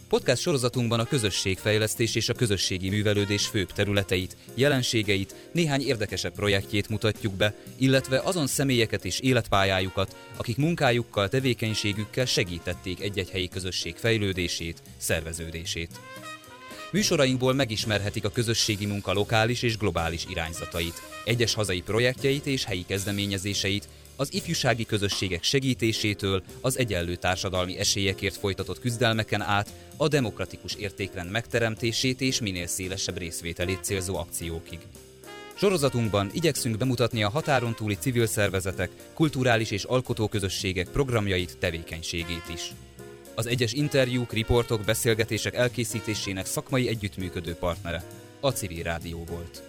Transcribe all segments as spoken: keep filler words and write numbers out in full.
Podcast sorozatunkban a közösségfejlesztés és a közösségi művelődés főbb területeit, jelenségeit, néhány érdekesebb projektjét mutatjuk be, illetve azon személyeket és életpályájukat, akik munkájukkal, tevékenységükkel segítették egy-egy helyi közösség fejlődését, szerveződését. Műsorainkból megismerhetik a közösségi munka lokális és globális irányzatait, egyes hazai projektjeit és helyi kezdeményezéseit, az ifjúsági közösségek segítésétől az egyenlő társadalmi esélyekért folytatott küzdelmeken át a demokratikus értékrend megteremtését és minél szélesebb részvételét célzó akciókig. Sorozatunkban igyekszünk bemutatni a határon túli civil szervezetek, kulturális és alkotóközösségek programjait, tevékenységét is. Az egyes interjúk, riportok, beszélgetések elkészítésének szakmai együttműködő partnere a Civil Rádió volt.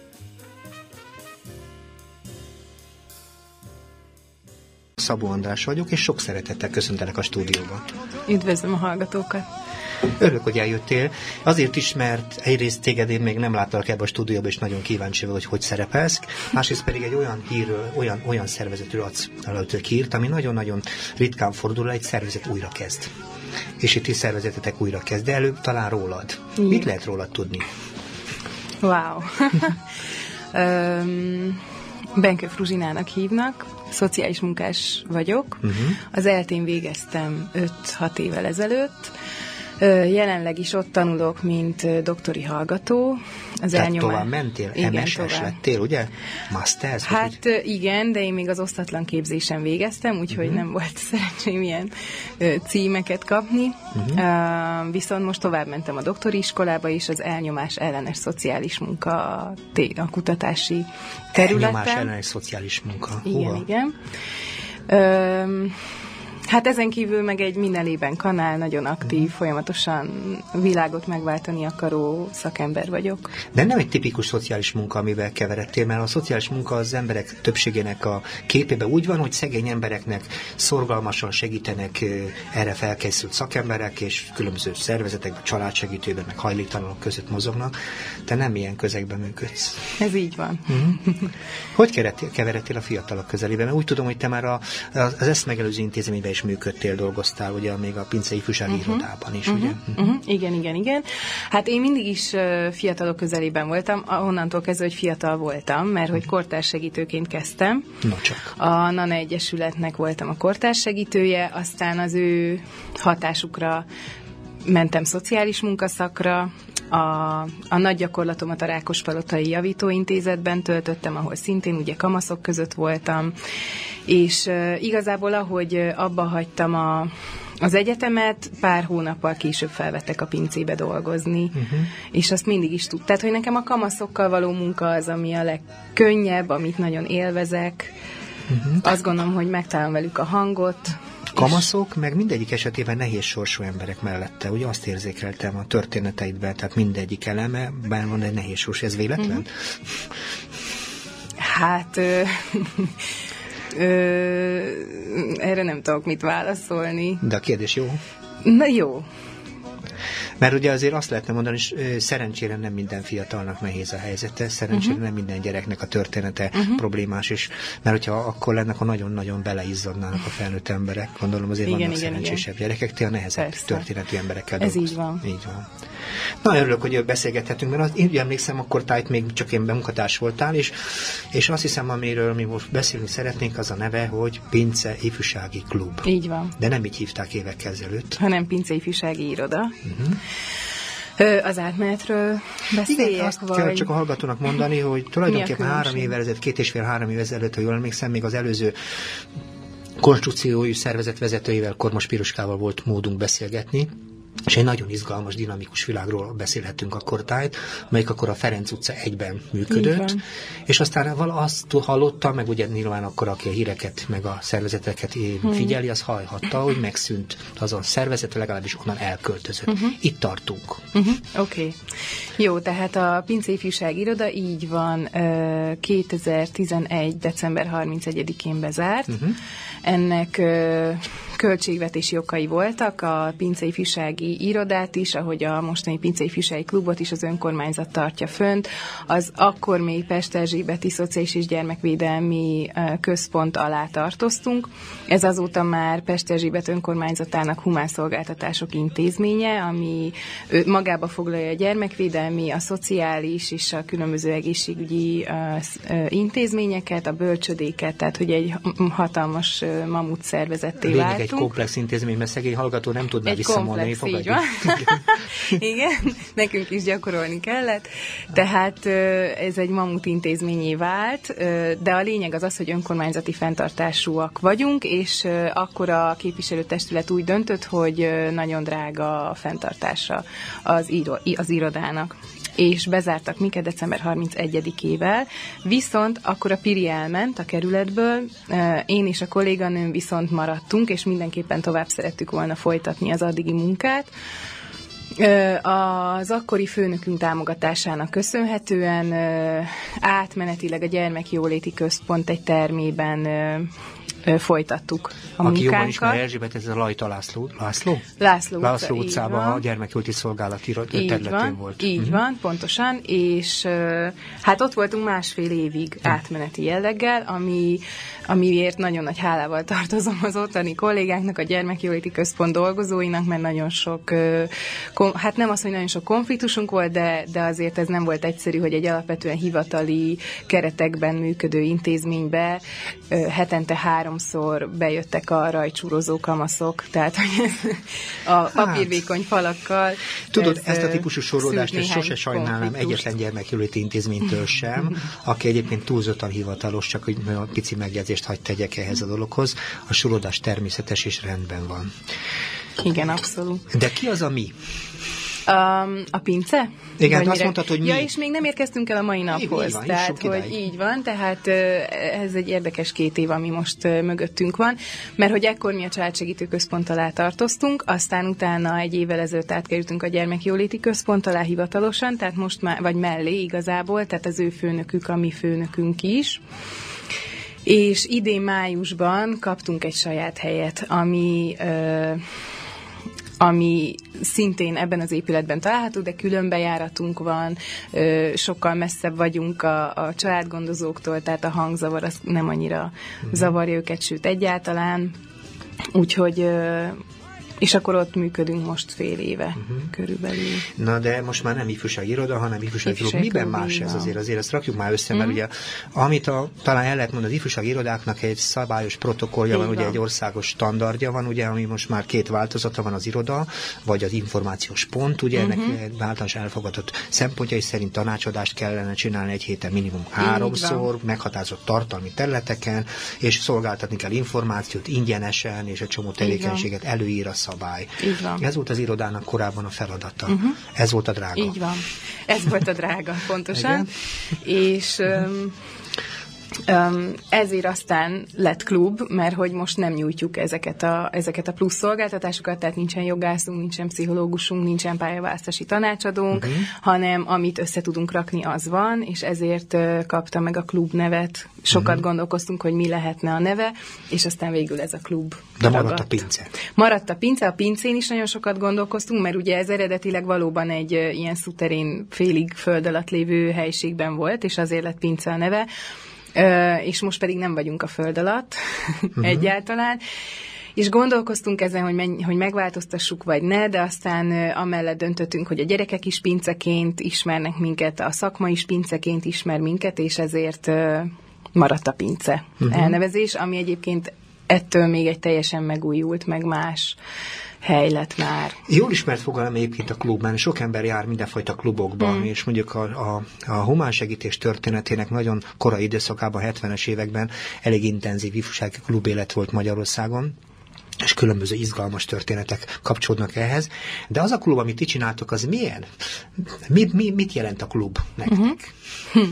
Szabó András vagyok, és sok szeretettel köszöntelek a stúdióban. Üdvözlöm a hallgatókat! Örülök, hogy eljöttél. Azért is, mert egyrészt téged én még nem láttalak ebbe a stúdióba, és nagyon kíváncsi vagy, hogy hogy szerepelsz. Másrészt pedig egy olyan hírről, olyan, olyan szervezetről adsz előttök hírt, ami nagyon-nagyon ritkán fordul, egy szervezet újra kezd. És itt is szervezetetek újra kezd, de előbb talán rólad. Igen. Mit lehet rólad tudni? Wow! um, Benkő Fruzsinának hívnak, szociális munkás vagyok. Uh-huh. Az eltén végeztem öt-hat évvel ezelőtt. Jelenleg is ott tanulok, mint doktori hallgató. Az Tehát elnyomás... tovább mentél? Igen, em es es tovább. lettél, ugye? Masters? Hát úgy? Igen, de én még az osztatlan képzésen végeztem, úgyhogy uh-huh. nem volt szerencsém ilyen ö, címeket kapni. Uh-huh. Uh, viszont most tovább mentem a doktori iskolába, és az elnyomás ellenes szociális munka a, a kutatási területen. Elnyomás ellenes szociális munka. Igen, Hova? igen. Ö, Hát ezen kívül meg egy mindenében kanál, nagyon aktív, folyamatosan világot megváltani akaró szakember vagyok. De nem egy tipikus szociális munka, amivel keveredtél, mert a szociális munka az emberek többségének a képében úgy van, hogy szegény embereknek szorgalmasan segítenek erre felkészült szakemberek, és különböző szervezetek, családsegítőben, meg hajléktalanok között mozognak. Te nem ilyen közegben működsz. Ez így van. Mm-hmm. Hogy keveredtél a fiatalok közelében? Mert úgy tudom, hogy te már a, az ezt megelőző intézményben is működtél, dolgoztál, ugye még a Pince Ifjúsági uh-huh. Irodában is, uh-huh. ugye? Uh-huh. Uh-huh. Igen, igen, igen. Hát én mindig is uh, fiatalok közelében voltam, onnantól kezdve, hogy fiatal voltam, mert hogy kortárssegítőként kezdtem. No csak. A NANA Egyesületnek voltam a kortárssegítője, aztán az ő hatásukra mentem szociális munkaszakra, A, a nagy gyakorlatomat a Rákospalotai Javítóintézetben töltöttem, ahol szintén ugye kamaszok között voltam, és uh, igazából ahogy abba hagytam a, az egyetemet, pár hónappal később felvettek a pincébe dolgozni, uh-huh. és azt mindig is tudtam. Tehát, hogy nekem a kamaszokkal való munka az, ami a legkönnyebb, amit nagyon élvezek. Uh-huh. Azt gondolom, hogy megtalálom velük a hangot. Kamaszok, meg mindegyik esetében nehéz sorsú emberek mellette. Ugye azt érzékeltem a történeteidben, tehát mindegyik eleme, bár van egy nehéz sors, ez véletlen? Mm-hmm. Hát... Ö, ö, erre nem tudok mit válaszolni. De a kérdés jó? Na jó. Mert ugye azért azt lehetne mondani, hogy szerencsére nem minden fiatalnak nehéz a helyzete, szerencsére uh-huh. nem minden gyereknek a története uh-huh. problémás, és mert hogyha akkor lenne, akkor nagyon-nagyon beleizzadnának a felnőtt emberek. Gondolom azért igen, vannak igen, szerencsésebb igen. gyerekek, te a nehezebb Persze. történetű emberekkel Ez dolgozz. így van. Így van. Na, örülök, hogy beszélgethetünk, mert az, én emlékszem, akkor tájt még csak én bemunkatárs voltál, és, és azt hiszem, amiről mi most beszélni szeretnénk, az a neve, hogy Pince Ifjúsági Klub. Így van. De nem így hívták évekkel ezelőtt. Hanem Pince Ifjúsági Iroda. Uh-huh. Az átmenetről beszéljek, Igen, azt vagy... kell csak a hallgatónak mondani, hogy tulajdonképpen három évvel ezelőtt, két és fél három évvel ezelőtt, ha jól emlékszem, még az előző konstrukciói szervezet vezetőjével, Kormos Piroskával volt módunk beszélgetni, és egy nagyon izgalmas, dinamikus világról beszélhetünk akkor tájt, amelyik akkor a Ferenc utca egyben működött, és aztán azt hallottam, meg ugye nyilván akkor, aki a híreket, meg a szervezeteket figyeli, az hallhatta, hogy megszűnt azon szervezet, legalábbis onnan elköltözött. Uh-huh. Itt tartunk. Uh-huh. Oké. Okay. Jó, tehát a Pince Ifjúsági Iroda így van, kétezer-tizenegy. december harmincegyedikén bezárt. Uh-huh. Ennek költségvetési okai voltak, a Pince Ifjúsági Irodát is, ahogy a mostani Pince Ifjúsági Klubot is az önkormányzat tartja fönt, az akkor még Pesterzsébeti Szociális és Gyermekvédelmi Központ alá tartoztunk. Ez azóta már Pesterzsébet önkormányzatának humán szolgáltatások intézménye, ami magába foglalja a gyermekvédelmi, a szociális és a különböző egészségügyi intézményeket, a bölcsödéket, tehát hogy egy hatalmas mamut szervezetté váltunk. Egy komplex intézmény, mert szegény hallgató nem tudná visszamondani. Komplex, így van. Igen, nekünk is gyakorolni kellett. Tehát ez egy mamut intézményé vált, de a lényeg az az, hogy önkormányzati fenntartásúak vagyunk, és akkor a képviselőtestület úgy döntött, hogy nagyon drága a fenntartása az, író, az irodának. És bezártak minket december harmincegyedikével, viszont akkor a Piri elment a kerületből, én és a kolléganőm viszont maradtunk, és mindenképpen tovább szerettük volna folytatni az addigi munkát. Az akkori főnökünk támogatásának köszönhetően átmenetileg a Gyermekjóléti Központ egy termében folytattuk a Aki munkánkat. jobban ismer Erzsébet, ez a Lajta László. László? László, László utca, utcában a gyermekjóléti szolgálat területén van, volt. Így uh-huh. van, pontosan, és hát ott voltunk másfél évig uh-huh. átmeneti jelleggel, ami, amiért nagyon nagy hálával tartozom az ottani kollégáknak, a Gyermekjóléti Központ dolgozóinak, mert nagyon sok, hát nem az, hogy nagyon sok konfliktusunk volt, de, de azért ez nem volt egyszerű, hogy egy alapvetően hivatali keretekben működő intézménybe hetente háromszor bejöttek a rajcsúrozó kamaszok, tehát hogy a papírvékony falakkal. Tudod, ez, ezt a típusú soroldást ezt sose sajnálnám egyetlen gyermekjóléti intézménytől sem, aki egyébként túlzottan hivatalos, csak hogy a pici megjegyzést hagy tegyek ehhez a dologhoz. A sorolás természetes és rendben van. Igen, abszolút. De ki az a mi? Um, a Pince? Igen, azt mire... mondtad, hogy mi? Ja, és még nem érkeztünk el a mai naphoz. Így van, tehát, hogy így van, tehát ez egy érdekes két év, ami most mögöttünk van, mert hogy ekkor mi a Családsegítő Központ alá tartoztunk, aztán utána egy évvel ezelőtt átkerültünk a Gyermekjóléti Központ alá hivatalosan, tehát most már, vagy mellé igazából, tehát az ő főnökük, a mi főnökünk is. És idén májusban kaptunk egy saját helyet, ami... Ö, ami szintén ebben az épületben található, de külön bejáratunk van, sokkal messzebb vagyunk a, a családgondozóktól, tehát a hangzavar az nem annyira uh-huh. zavarja őket, sőt egyáltalán. Úgyhogy, és akkor ott működünk most fél éve uh-huh. körülbelül. Na de most már nem ifjúsági iroda, hanem ifjúsági klub. Miben más ez azért? Azért ezt rakjuk már össze, mert uh-huh. ugye, amit a, talán el lehet mondani, az ifjúsági irodáknak egy szabályos protokollja van, van, ugye egy országos standardja van, ugye, ami most már két változata van, az iroda, vagy az információs pont, ugye uh-huh. ennek általános elfogadott szempontjai szerint tanácsadást kellene csinálni egy héten minimum háromszor, meghatározott tartalmi területeken, és szolgáltatni kell információt ingyenesen, és egy csomó tevékenységet előír a szabály. Ez volt az irodának korábban a feladata. Uh-huh. Ez volt a drága. Így van. Ez volt a drága, pontosan. És um, um, ezért aztán lett klub, mert hogy most nem nyújtjuk ezeket a, ezeket a plusz szolgáltatásokat, tehát nincsen jogászunk, nincsen pszichológusunk, nincsen pályaválasztási tanácsadónk, uh-huh. hanem amit össze tudunk rakni, az van, és ezért uh, kapta meg a klub nevet. Sokat uh-huh. gondolkoztunk, hogy mi lehetne a neve, és aztán végül ez a klub. De maradt ragadt. a Pince. Maradt a Pince, a Pincén is nagyon sokat gondolkoztunk, mert ugye ez eredetileg valóban egy uh, ilyen szuterén, félig föld alatt lévő helyiségben volt, és azért lett Pince a neve, uh, és most pedig nem vagyunk a föld alatt uh-huh. egyáltalán. És gondolkoztunk ezen, hogy, menj, hogy megváltoztassuk, vagy ne, de aztán uh, amellett döntöttünk, hogy a gyerekek is pinceként ismernek minket, a szakma is pinceként ismer minket, és ezért uh, maradt a Pince uh-huh. elnevezés, ami egyébként ettől még egy teljesen megújult, meg más hely lett már. Jól ismert fogalom egyébként a klubban, sok ember jár mindenfajta klubokban, mm. és mondjuk a, a, a humánsegítés történetének nagyon korai időszakában, hetvenes években elég intenzív ifjúsági klubélet volt Magyarországon, és különböző izgalmas történetek kapcsolódnak ehhez. De az a klub, amit ti csináltok, az milyen? Mi, mi, mit jelent a klub nektek? Mm-hmm.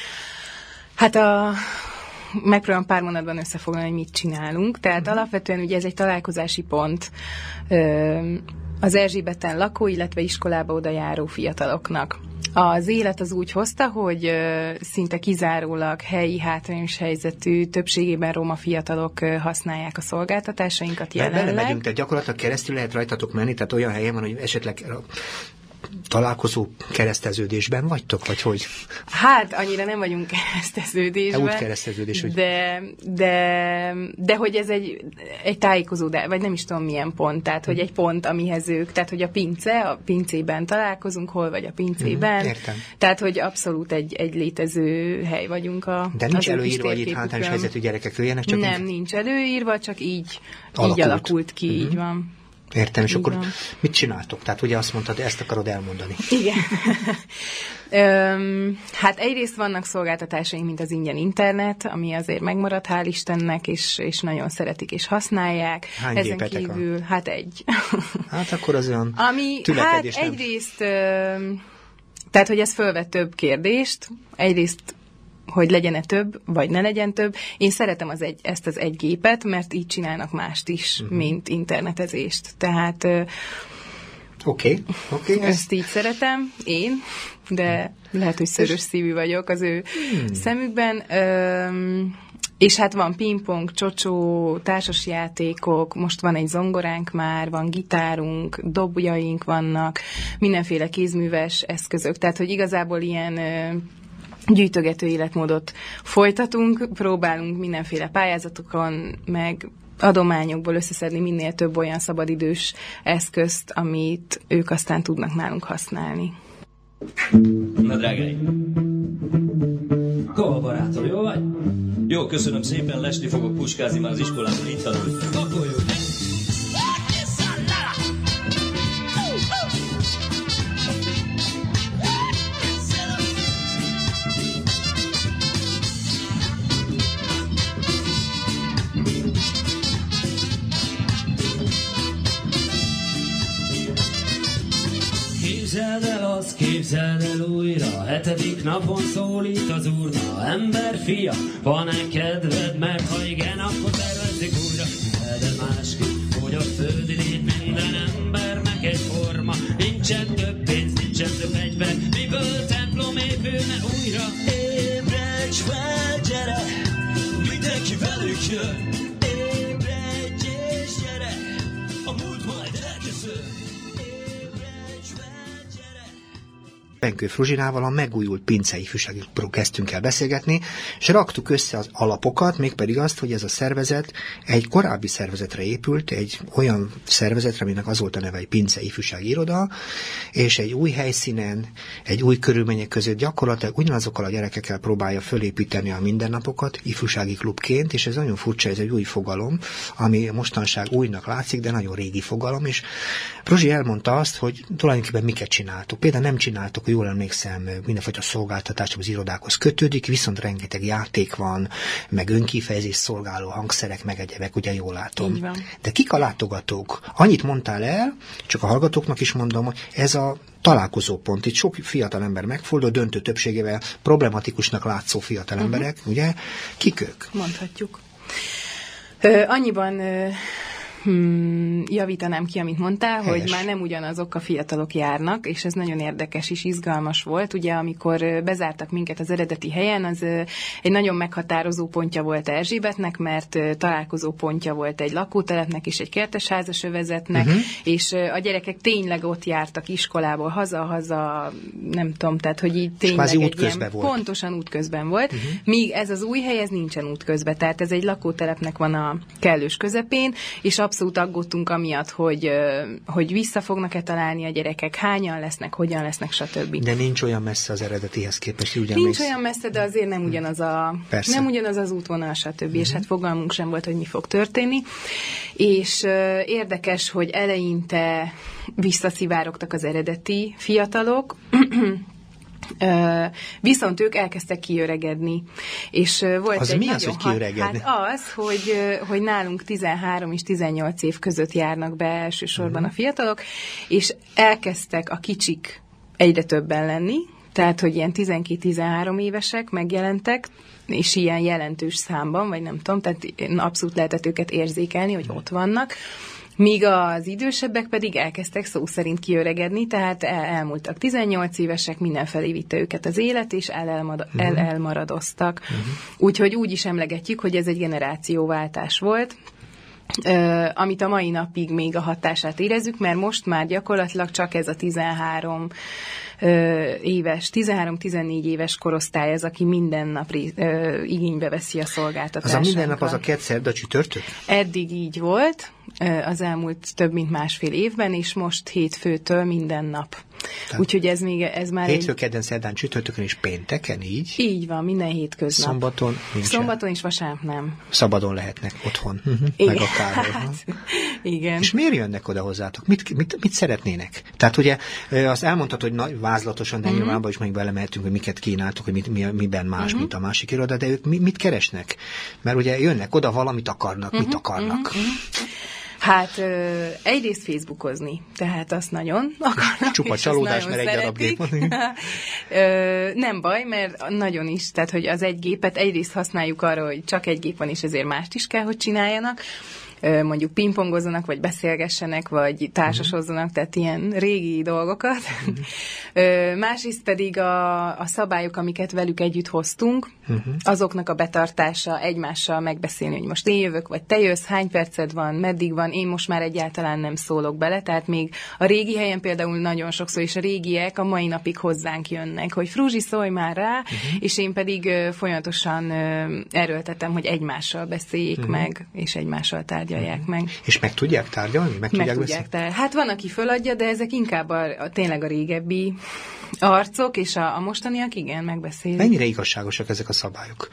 Hát a... megpróbálom pár mondatban összefoglalni, hogy mit csinálunk. Tehát uh-huh. alapvetően ugye ez egy találkozási pont az Erzsébeten lakó, illetve iskolába oda járó fiataloknak. Az élet az úgy hozta, hogy szinte kizárólag helyi, hátrányos helyzetű, többségében roma fiatalok használják a szolgáltatásainkat jelenleg. Bele megyünk, tehát gyakorlatilag keresztül lehet rajtatok menni, tehát olyan helyen van, hogy esetleg találkozó kereszteződésben vagytok, vagy hogy? Hát, annyira nem vagyunk kereszteződésben. Úgy kereszteződés, hogy... De, de, de hogy ez egy, egy tájékozódás, vagy nem is tudom milyen pont, tehát hogy egy pont, amihez ők, tehát hogy a pince, a pincében találkozunk, hol vagy a pincében. Mm, értem. Tehát, hogy abszolút egy, egy létező hely vagyunk a De nincs előírva, hogy itt hátrányos helyzetű gyerekek jöjjenek? Csak nem, így... nincs előírva, csak így alakult, így alakult ki, mm-hmm. így van. Értem, és így akkor van. Mit csináltok? Tehát ugye azt mondtad, ezt akarod elmondani. Igen. Öm, hát egyrészt vannak szolgáltatásaink, mint az ingyen internet, ami azért megmaradt, hál' Istennek, és, és nagyon szeretik és használják. Hány Ezen gépetek kívül, van? hát egy. Hát akkor az olyan ami, tülekedés, hát nem? egyrészt, öm, tehát, hogy ez fölvet több kérdést. Egyrészt hogy legyen-e több, vagy ne legyen több. Én szeretem az egy, ezt az egy gépet, mert így csinálnak mást is, uh-huh. mint internetezést. Tehát Oké, okay, oké. Okay, ezt így szeretem, én, de lehet, hogy szörös szívű vagyok az ő hmm. szemükben. Üm, és hát van pingpong, csocsó, társasjátékok, most van egy zongoránk már, van gitárunk, dobjaink vannak, mindenféle kézműves eszközök. Tehát, hogy igazából ilyen gyűjtögető életmódot folytatunk, próbálunk mindenféle pályázatokon, meg adományokból összeszedni minél több olyan szabadidős eszközt, amit ők aztán tudnak nálunk használni. Na, drágáim! Kova barátom, jó vagy? Jó, köszönöm szépen, lesni fogok puskázni, már az iskolában itt tanultam. Pakoljuk! Képzeld el azt, képzeld el újra, hetedik napon szólít az urna. Ember, fia, van-e kedved, mert ha igen, akkor tervezzük újra. De másképp, hogy a földi lét minden embernek egyforma. Nincsen több pénz, nincsen több egyben, miből templom épülne újra. Ébredj fel, gyere, mindenki velük jön. Ébredj és gyere, a múlt majd elkezdő. Benkő Fruzsinával a megújult Pince ifjúságról kezdtünk el beszélgetni, és raktuk össze az alapokat, mégpedig azt, hogy ez a szervezet egy korábbi szervezetre épült, egy olyan szervezetre, aminek az volt a neve, egy Pince ifjúsági iroda, és egy új helyszínen, egy új körülmények között gyakorlatilag ugyanazokkal a gyerekekkel próbálja fölépíteni a mindennapokat ifjúsági klubként, és ez nagyon furcsa, ez egy új fogalom, ami mostanság újnak látszik, de nagyon régi fogalom, és Fruzsi elmondta azt, hogy tulajdonképpen miket csináltuk. Például nem csináltuk, jól emlékszem, mindenfajta szolgáltatás az irodákhoz kötődik, viszont rengeteg játék van, meg önkifejezés szolgáló hangszerek, meg egyebek, ugye jól látom. De kik a látogatók? Annyit mondtál el, csak a hallgatóknak is mondom, hogy ez a találkozópont. Itt sok fiatal ember megfordul, döntő többségével problematikusnak látszó fiatal uh-huh. emberek, ugye? Kik ők? Mondhatjuk. Ö, annyiban... Ö... Hmm, javítanám ki, amit mondtál, Helyes. Hogy már nem ugyanazok a fiatalok járnak, és ez nagyon érdekes és izgalmas volt. Ugye, amikor bezártak minket az eredeti helyen, az egy nagyon meghatározó pontja volt Erzsébetnek, mert találkozó pontja volt egy lakótelepnek és egy kertesházas övezetnek, uh-huh. és a gyerekek tényleg ott jártak iskolából, haza-haza, nem tudom, tehát, hogy így tényleg egy ilyen, volt. Pontosan útközben volt, uh-huh. míg ez az új hely, ez nincsen útközben, tehát ez egy lakótelepnek van a kellős közepén, és abszolút aggódtunk amiatt, hogy, hogy vissza fognak-e találni a gyerekek, hányan lesznek, hogyan lesznek, stb. De nincs olyan messze az eredetihez képest, ugyan Nincs mész... olyan messze, de azért nem ugyanaz a, nem ugyanaz az útvonal, stb. Uh-huh. És hát fogalmunk sem volt, hogy mi fog történni. És uh, érdekes, hogy eleinte visszaszivárogtak az eredeti fiatalok, Uh, viszont ők elkezdtek kiöregedni. És uh, volt az egy mi nagyon az, hogy kiöregedni? Hát az, hogy, uh, hogy nálunk tizenhárom és tizennyolc év között járnak be elsősorban uh-huh. a fiatalok, és elkezdtek a kicsik egyre többen lenni, tehát, hogy ilyen tizenkét-tizenhárom évesek megjelentek, és ilyen jelentős számban, vagy nem tudom, tehát abszolút lehetett őket érzékelni, hogy ott vannak. Míg az idősebbek pedig elkezdtek szó szerint kiöregedni, tehát el- elmúltak tizennyolc évesek, mindenfelé vitte őket az élet, és el- el- elmaradoztak. Uh-huh. Úgyhogy úgy is emlegetjük, hogy ez egy generációváltás volt, Uh, amit a mai napig még a hatását érezzük, mert most már gyakorlatilag csak ez a tizenhárom uh, éves, tizenhárom-tizennégy éves korosztály az, aki minden nap ré- uh, igénybe veszi a szolgáltatásunkat. Az a minden nap az a kedd, szerda, csütörtök? Eddig így volt, uh, az elmúlt több mint másfél évben, és most hétfőtől minden nap. Tehát úgyhogy ez még, ez már hétfő, egy... kedden, szerdán, csütörtökön és pénteken, így? Így van, minden hétköznap. Szombaton nincsen. Szombaton és vasárnap nem. Szabadon lehetnek otthon, uh-huh. meg akárhol. Hát, igen. És miért jönnek oda hozzátok? Mit, mit, mit szeretnének? Tehát ugye azt elmondtad, hogy nagy, vázlatosan, de nyilvánban uh-huh. is meg belemehetünk, hogy miket kínáltok, hogy mit, mi, miben más, uh-huh. mint a másik iroda, de ők mi, mit keresnek? Mert ugye jönnek oda, valamit akarnak, uh-huh. mit akarnak? Uh-huh. Hát ö, egyrészt Facebookozni, tehát azt nagyon akarnak. Csupa csalódás, mert egy darab gép van. ö, nem baj, mert nagyon is, tehát hogy az egy gépet egyrészt használjuk arra, hogy csak egy gép van, és ezért mást is kell, hogy csináljanak. Mondjuk pingpongozzanak, vagy beszélgessenek, vagy társasozzanak, tehát ilyen régi dolgokat. Uh-huh. Másrészt pedig a, a szabályok, amiket velük együtt hoztunk, uh-huh. azoknak a betartása, egymással megbeszélni, hogy most én jövök, vagy te jössz, hány perced van, meddig van, én most már egyáltalán nem szólok bele, tehát még a régi helyen például nagyon sokszor, és a régiek a mai napig hozzánk jönnek, hogy Fruzsi, szólj már rá, uh-huh. és én pedig uh, folyamatosan uh, erőltetem, hogy egymással beszéljék uh-huh. meg, és egymással tárgyalják uh-huh. meg. És meg tudják tárgyalni? Meg, meg tudják, tudják tárgyalni. Hát van, aki föladja, de ezek inkább a, a, tényleg a régebbi arcok, és a, a mostaniak igen, megbeszélik. Mennyire igazságosak ezek a szabályok?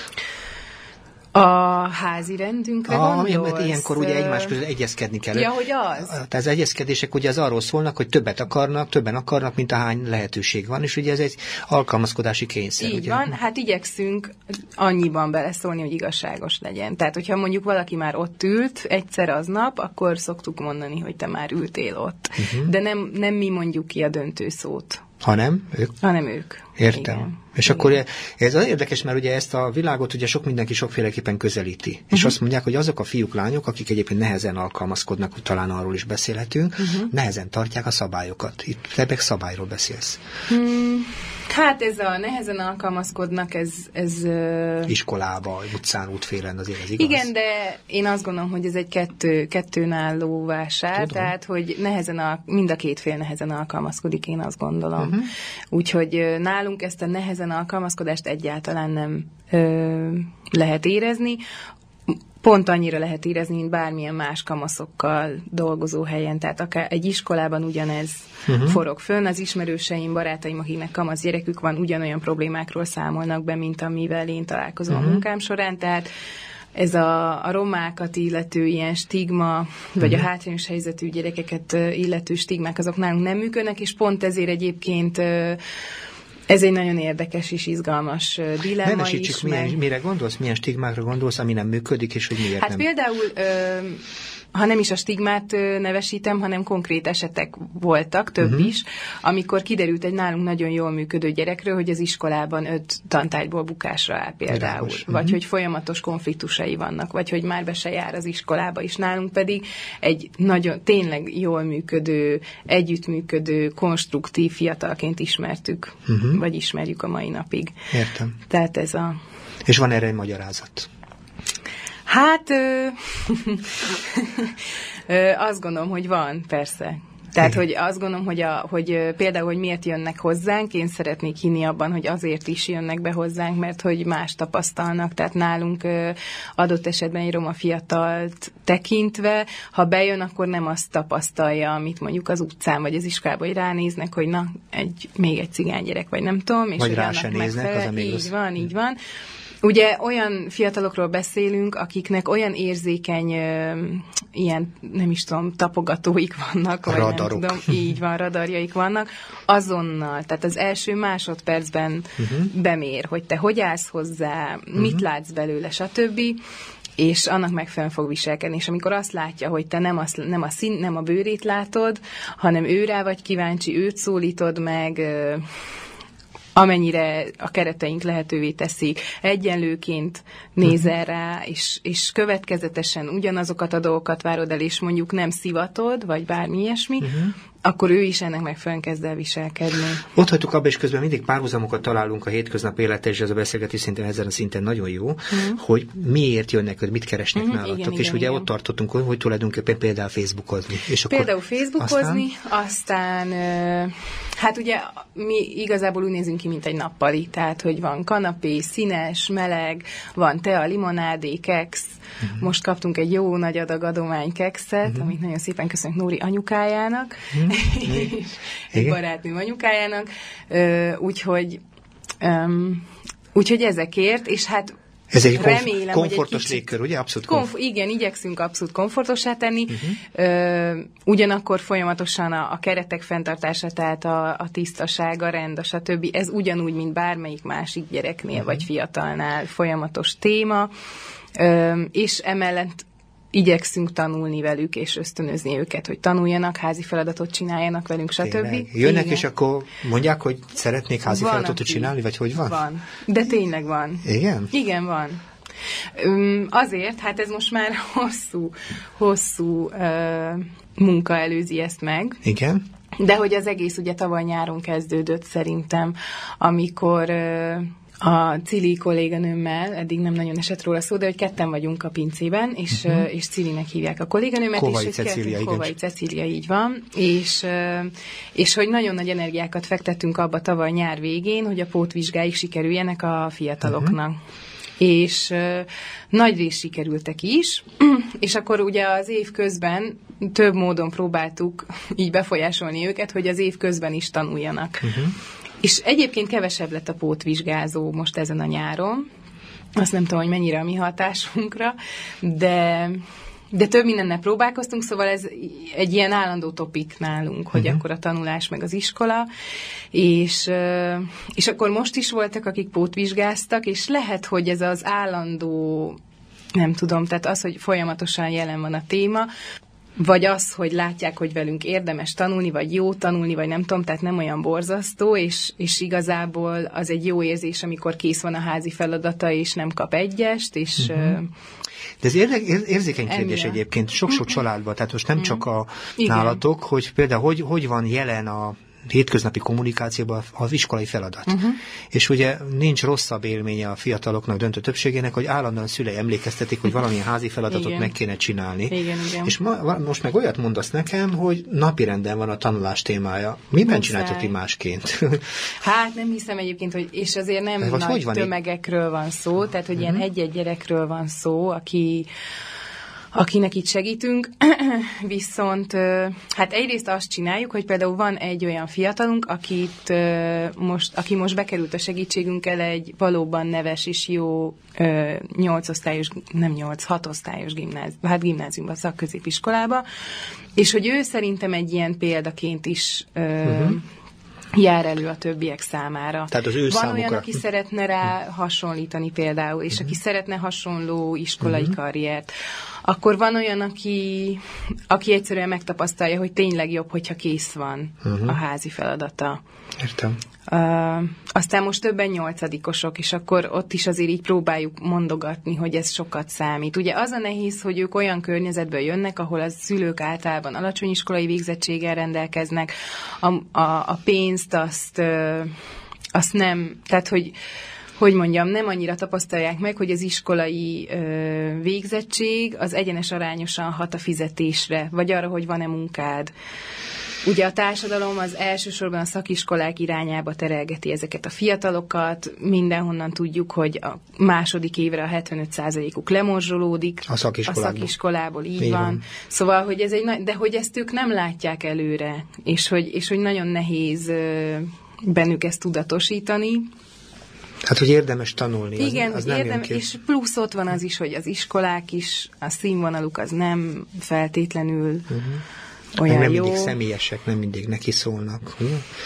A házi rendünkre ah, gondolsz? Mert ilyenkor ugye egymás között egyezkedni kell. Ja, hogy az? Tehát az egyezkedések ugye az arról szólnak, hogy többet akarnak, többen akarnak, mint ahány lehetőség van, és ugye ez egy alkalmazkodási kényszer. Így ugye? van, hát igyekszünk annyiban beleszólni, hogy igazságos legyen. Tehát, hogyha mondjuk valaki már ott ült egyszer aznap, akkor szoktuk mondani, hogy te már ültél ott. Uh-huh. De nem, nem mi mondjuk ki a döntő szót. Hanem ők? Hanem ők. Értem. Igen. És igen. akkor ez az érdekes, mert ugye ezt a világot ugye sok mindenki sokféleképpen közelíti. Uh-huh. És azt mondják, hogy azok a fiúk, lányok, akik egyébként nehezen alkalmazkodnak, hogy talán arról is beszélhetünk, uh-huh. nehezen tartják a szabályokat. Itt te meg szabályról beszélsz. Hmm. Hát ez a nehezen alkalmazkodnak, ez... ez iskolába, utcán, útfélen azért az igaz. Igen, de én azt gondolom, hogy ez egy kettő, kettőnálló vásár, Tudom. Tehát, hogy nehezen a, mind a két fél nehezen alkalmazkodik, én azt gondolom. Uh-huh. Úgyhogy nálunk ezt a nehezen alkalmazkodást egyáltalán nem ö, lehet érezni. Pont annyira lehet érezni, mint bármilyen más kamaszokkal dolgozó helyen. Tehát akár egy iskolában ugyanez uh-huh. forog fönn. Az ismerőseim, barátaim, akiknek kamasz gyerekük van, ugyanolyan problémákról számolnak be, mint amivel én találkozom uh-huh. a munkám során. Tehát ez a, a romákat illető ilyen stigma, vagy uh-huh. a hátrányos helyzetű gyerekeket illető stigmák, azok nálunk nem működnek, és pont ezért egyébként ez egy nagyon érdekes és izgalmas dilemma Nevesítsük, is. Milyen, meg... mire gondolsz, milyen stigmákra gondolsz, ami nem működik, és hogy miért hát nem? Hát például, ö, ha nem is a stigmát ö, nevesítem, hanem konkrét esetek voltak, több uh-huh. is, amikor kiderült egy nálunk nagyon jól működő gyerekről, hogy az iskolában öt tantárgyból bukásra áll például. Világos. Vagy uh-huh. hogy folyamatos konfliktusai vannak, vagy hogy már be se jár az iskolába is. Nálunk pedig egy nagyon, tényleg jól működő, együttműködő, konstruktív fiatalként ismertük, uh-huh. vagy ismerjük a mai napig. Értem. Tehát ez a... És van erre egy magyarázat? Hát ö, ö, azt gondolom, hogy van, persze. Tehát, hogy azt gondolom, hogy, a, hogy például, hogy miért jönnek hozzánk, én szeretnék hinni abban, hogy azért is jönnek be hozzánk, mert hogy más tapasztalnak. Tehát nálunk ö, adott esetben egy roma fiatalt tekintve, ha bejön, akkor nem azt tapasztalja, amit mondjuk az utcán vagy az iskolában, hogy ránéznek, hogy na, egy, még egy cigány gyerek, vagy nem tudom. És vagy rá se néznek, az a még Így az... van, így van. Ugye olyan fiatalokról beszélünk, akiknek olyan érzékeny, ö, ilyen, nem is tudom, tapogatóik vannak, vagy radarok. nem tudom, így van, radarjaik vannak, azonnal, tehát az első másodpercben uh-huh. bemér, hogy te hogy állsz hozzá, uh-huh. mit látsz belőle, stb., és annak megfelelően fog viselkedni. És amikor azt látja, hogy te nem, azt, nem, a, szín, nem a bőrét látod, hanem őrá vagy kíváncsi, őt szólítod meg, ö, amennyire a kereteink lehetővé teszik, egyenlőként nézel rá, és, és következetesen ugyanazokat a dolgokat várod el, és mondjuk nem szivatod, vagy bármi ilyesmi, uh-huh. akkor ő is ennek megfelelően kezd el viselkedni. Ott hagytuk abba, és közben mindig párhuzamokat találunk a hétköznapi élettel, és ez a beszélgetés szinten ezen a szinten nagyon jó, uh-huh. hogy miért jönnek, hogy mit keresnek uh-huh. nálatok. Igen, és igen, ugye igen. ott tartottunk, hogy tulajdonképpen például Facebookozni. És akkor például Facebookozni, aztán, aztán hát ugye mi igazából úgy nézünk ki, mint egy nappali, tehát, hogy van kanapé, színes, meleg, van tea, limonádé, keksz. Uh-huh. Most kaptunk egy jó nagy adag adománykekszet, uh-huh. amit nagyon szépen köszönjük Nóri anyukájának, uh-huh. és egy barátnőm anyukájának, úgyhogy um, úgyhogy ezekért, és hát ez egy remélem, komfortos egy légkör, ugye? Abszolút komf- komf- Igen, igyekszünk abszolút komfortossá tenni. Uh-huh. Ö, ugyanakkor folyamatosan a, a keretek fenntartása, tehát a, a tisztaság, a rend, a stb. Ez ugyanúgy, mint bármelyik másik gyereknél uh-huh. vagy fiatalnál folyamatos téma. Ö, és emellett igyekszünk tanulni velük, és ösztönözni őket, hogy tanuljanak, házi feladatot csináljanak velünk, stb. Tényleg. Jönnek, igen. és akkor mondják, hogy szeretnék házi van, feladatot csinálni, vagy hogy van? Van. De tényleg van. Igen? Igen, van. Um, azért, hát ez most már hosszú, hosszú uh, munka előzi ezt meg. Igen. De hogy az egész ugye tavaly nyáron kezdődött szerintem, amikor... Uh, a Cili kolléganőmmel, eddig nem nagyon esett róla szó, de hogy ketten vagyunk a pincében, és, uh-huh. és Cilinek hívják a kolléganőmet. Kovai és Cecília, igen. Kovai Cecília, így van. És, és hogy nagyon nagy energiákat fektettünk abba tavaly nyár végén, hogy a pótvizsgáig sikerüljenek a fiataloknak. Uh-huh. És uh, nagy rész sikerültek is, és akkor ugye az év közben több módon próbáltuk így befolyásolni őket, hogy az év közben is tanuljanak. Uh-huh. És egyébként kevesebb lett a pótvizsgázó most ezen a nyáron. Azt nem tudom, hogy mennyire a mi hatásunkra, de, de több mindennel próbálkoztunk, szóval ez egy ilyen állandó topik nálunk, hogy uh-huh. akkor a tanulás meg az iskola, és, és akkor most is voltak, akik pótvizsgáztak, és lehet, hogy ez az állandó, nem tudom, tehát az, hogy folyamatosan jelen van a téma, vagy az, hogy látják, hogy velünk érdemes tanulni, vagy jó tanulni, vagy nem tudom, tehát nem olyan borzasztó, és, és igazából az egy jó érzés, amikor kész van a házi feladata, és nem kap egyest, és... Uh-huh. De ez érde, érzékeny kérdés emiatt. Egyébként sok-sok családban, tehát most nem uh-huh. csak a igen. nálatok, hogy például hogy, hogy van jelen a hétköznapi kommunikációban az iskolai feladat. Uh-huh. És ugye nincs rosszabb élménye a fiataloknak, döntő többségének, hogy állandóan szülei emlékeztetik, hogy valamilyen házi feladatot igen. meg kéne csinálni. Igen, igen. És ma, most meg olyat mondasz nekem, hogy napirenden van a tanulás témája. Miben csináltok ti másként? Hát nem hiszem egyébként, hogy és azért nem ez nagy van tömegekről van szó, tehát hogy uh-huh. ilyen egy-egy gyerekről van szó, aki akinek itt segítünk, viszont hát egyrészt azt csináljuk, hogy például van egy olyan fiatalunk, akit most, aki most bekerült a segítségünkkel egy valóban neves és jó nyolcosztályos, nem nyolc, hatosztályos gimnázium, hát gimnáziumban, szakközépiskolába, és hogy ő szerintem egy ilyen példaként is uh-huh. jár elő a többiek számára. Tehát az ő Van számukra. olyan, aki szeretne rá hasonlítani például, és uh-huh. aki szeretne hasonló iskolai uh-huh. karriert. Akkor van olyan, aki, aki egyszerűen megtapasztalja, hogy tényleg jobb, hogyha kész van uh-huh. a házi feladata. Értem. Uh, aztán most többen nyolcadikosok, és akkor ott is azért így próbáljuk mondogatni, hogy ez sokat számít. Ugye az a nehéz, hogy ők olyan környezetből jönnek, ahol a szülők általában alacsony iskolai végzettséggel rendelkeznek, a, a, a pénzt azt, uh, azt nem, tehát hogy hogy mondjam, nem annyira tapasztalják meg, hogy az iskolai ö, végzettség az egyenes arányosan hat a fizetésre, vagy arra, hogy van-e munkád. Ugye a társadalom az elsősorban a szakiskolák irányába terelgeti ezeket a fiatalokat, mindenhonnan tudjuk, hogy a második évre a hetvenöt százalékuk lemorzsolódik. A szakiskolából. A szakiskolából, így, így van. van. Szóval, hogy ez egy nagy, de hogy ezt ők nem látják előre, és hogy, és hogy nagyon nehéz ö, bennük ezt tudatosítani. Hát, hogy érdemes tanulni. Igen, az, az nem érdemes, és plusz ott van az is, hogy az iskolák is, a színvonaluk az nem feltétlenül uh-huh. olyan nem jó. mindig személyesek, nem mindig neki szólnak.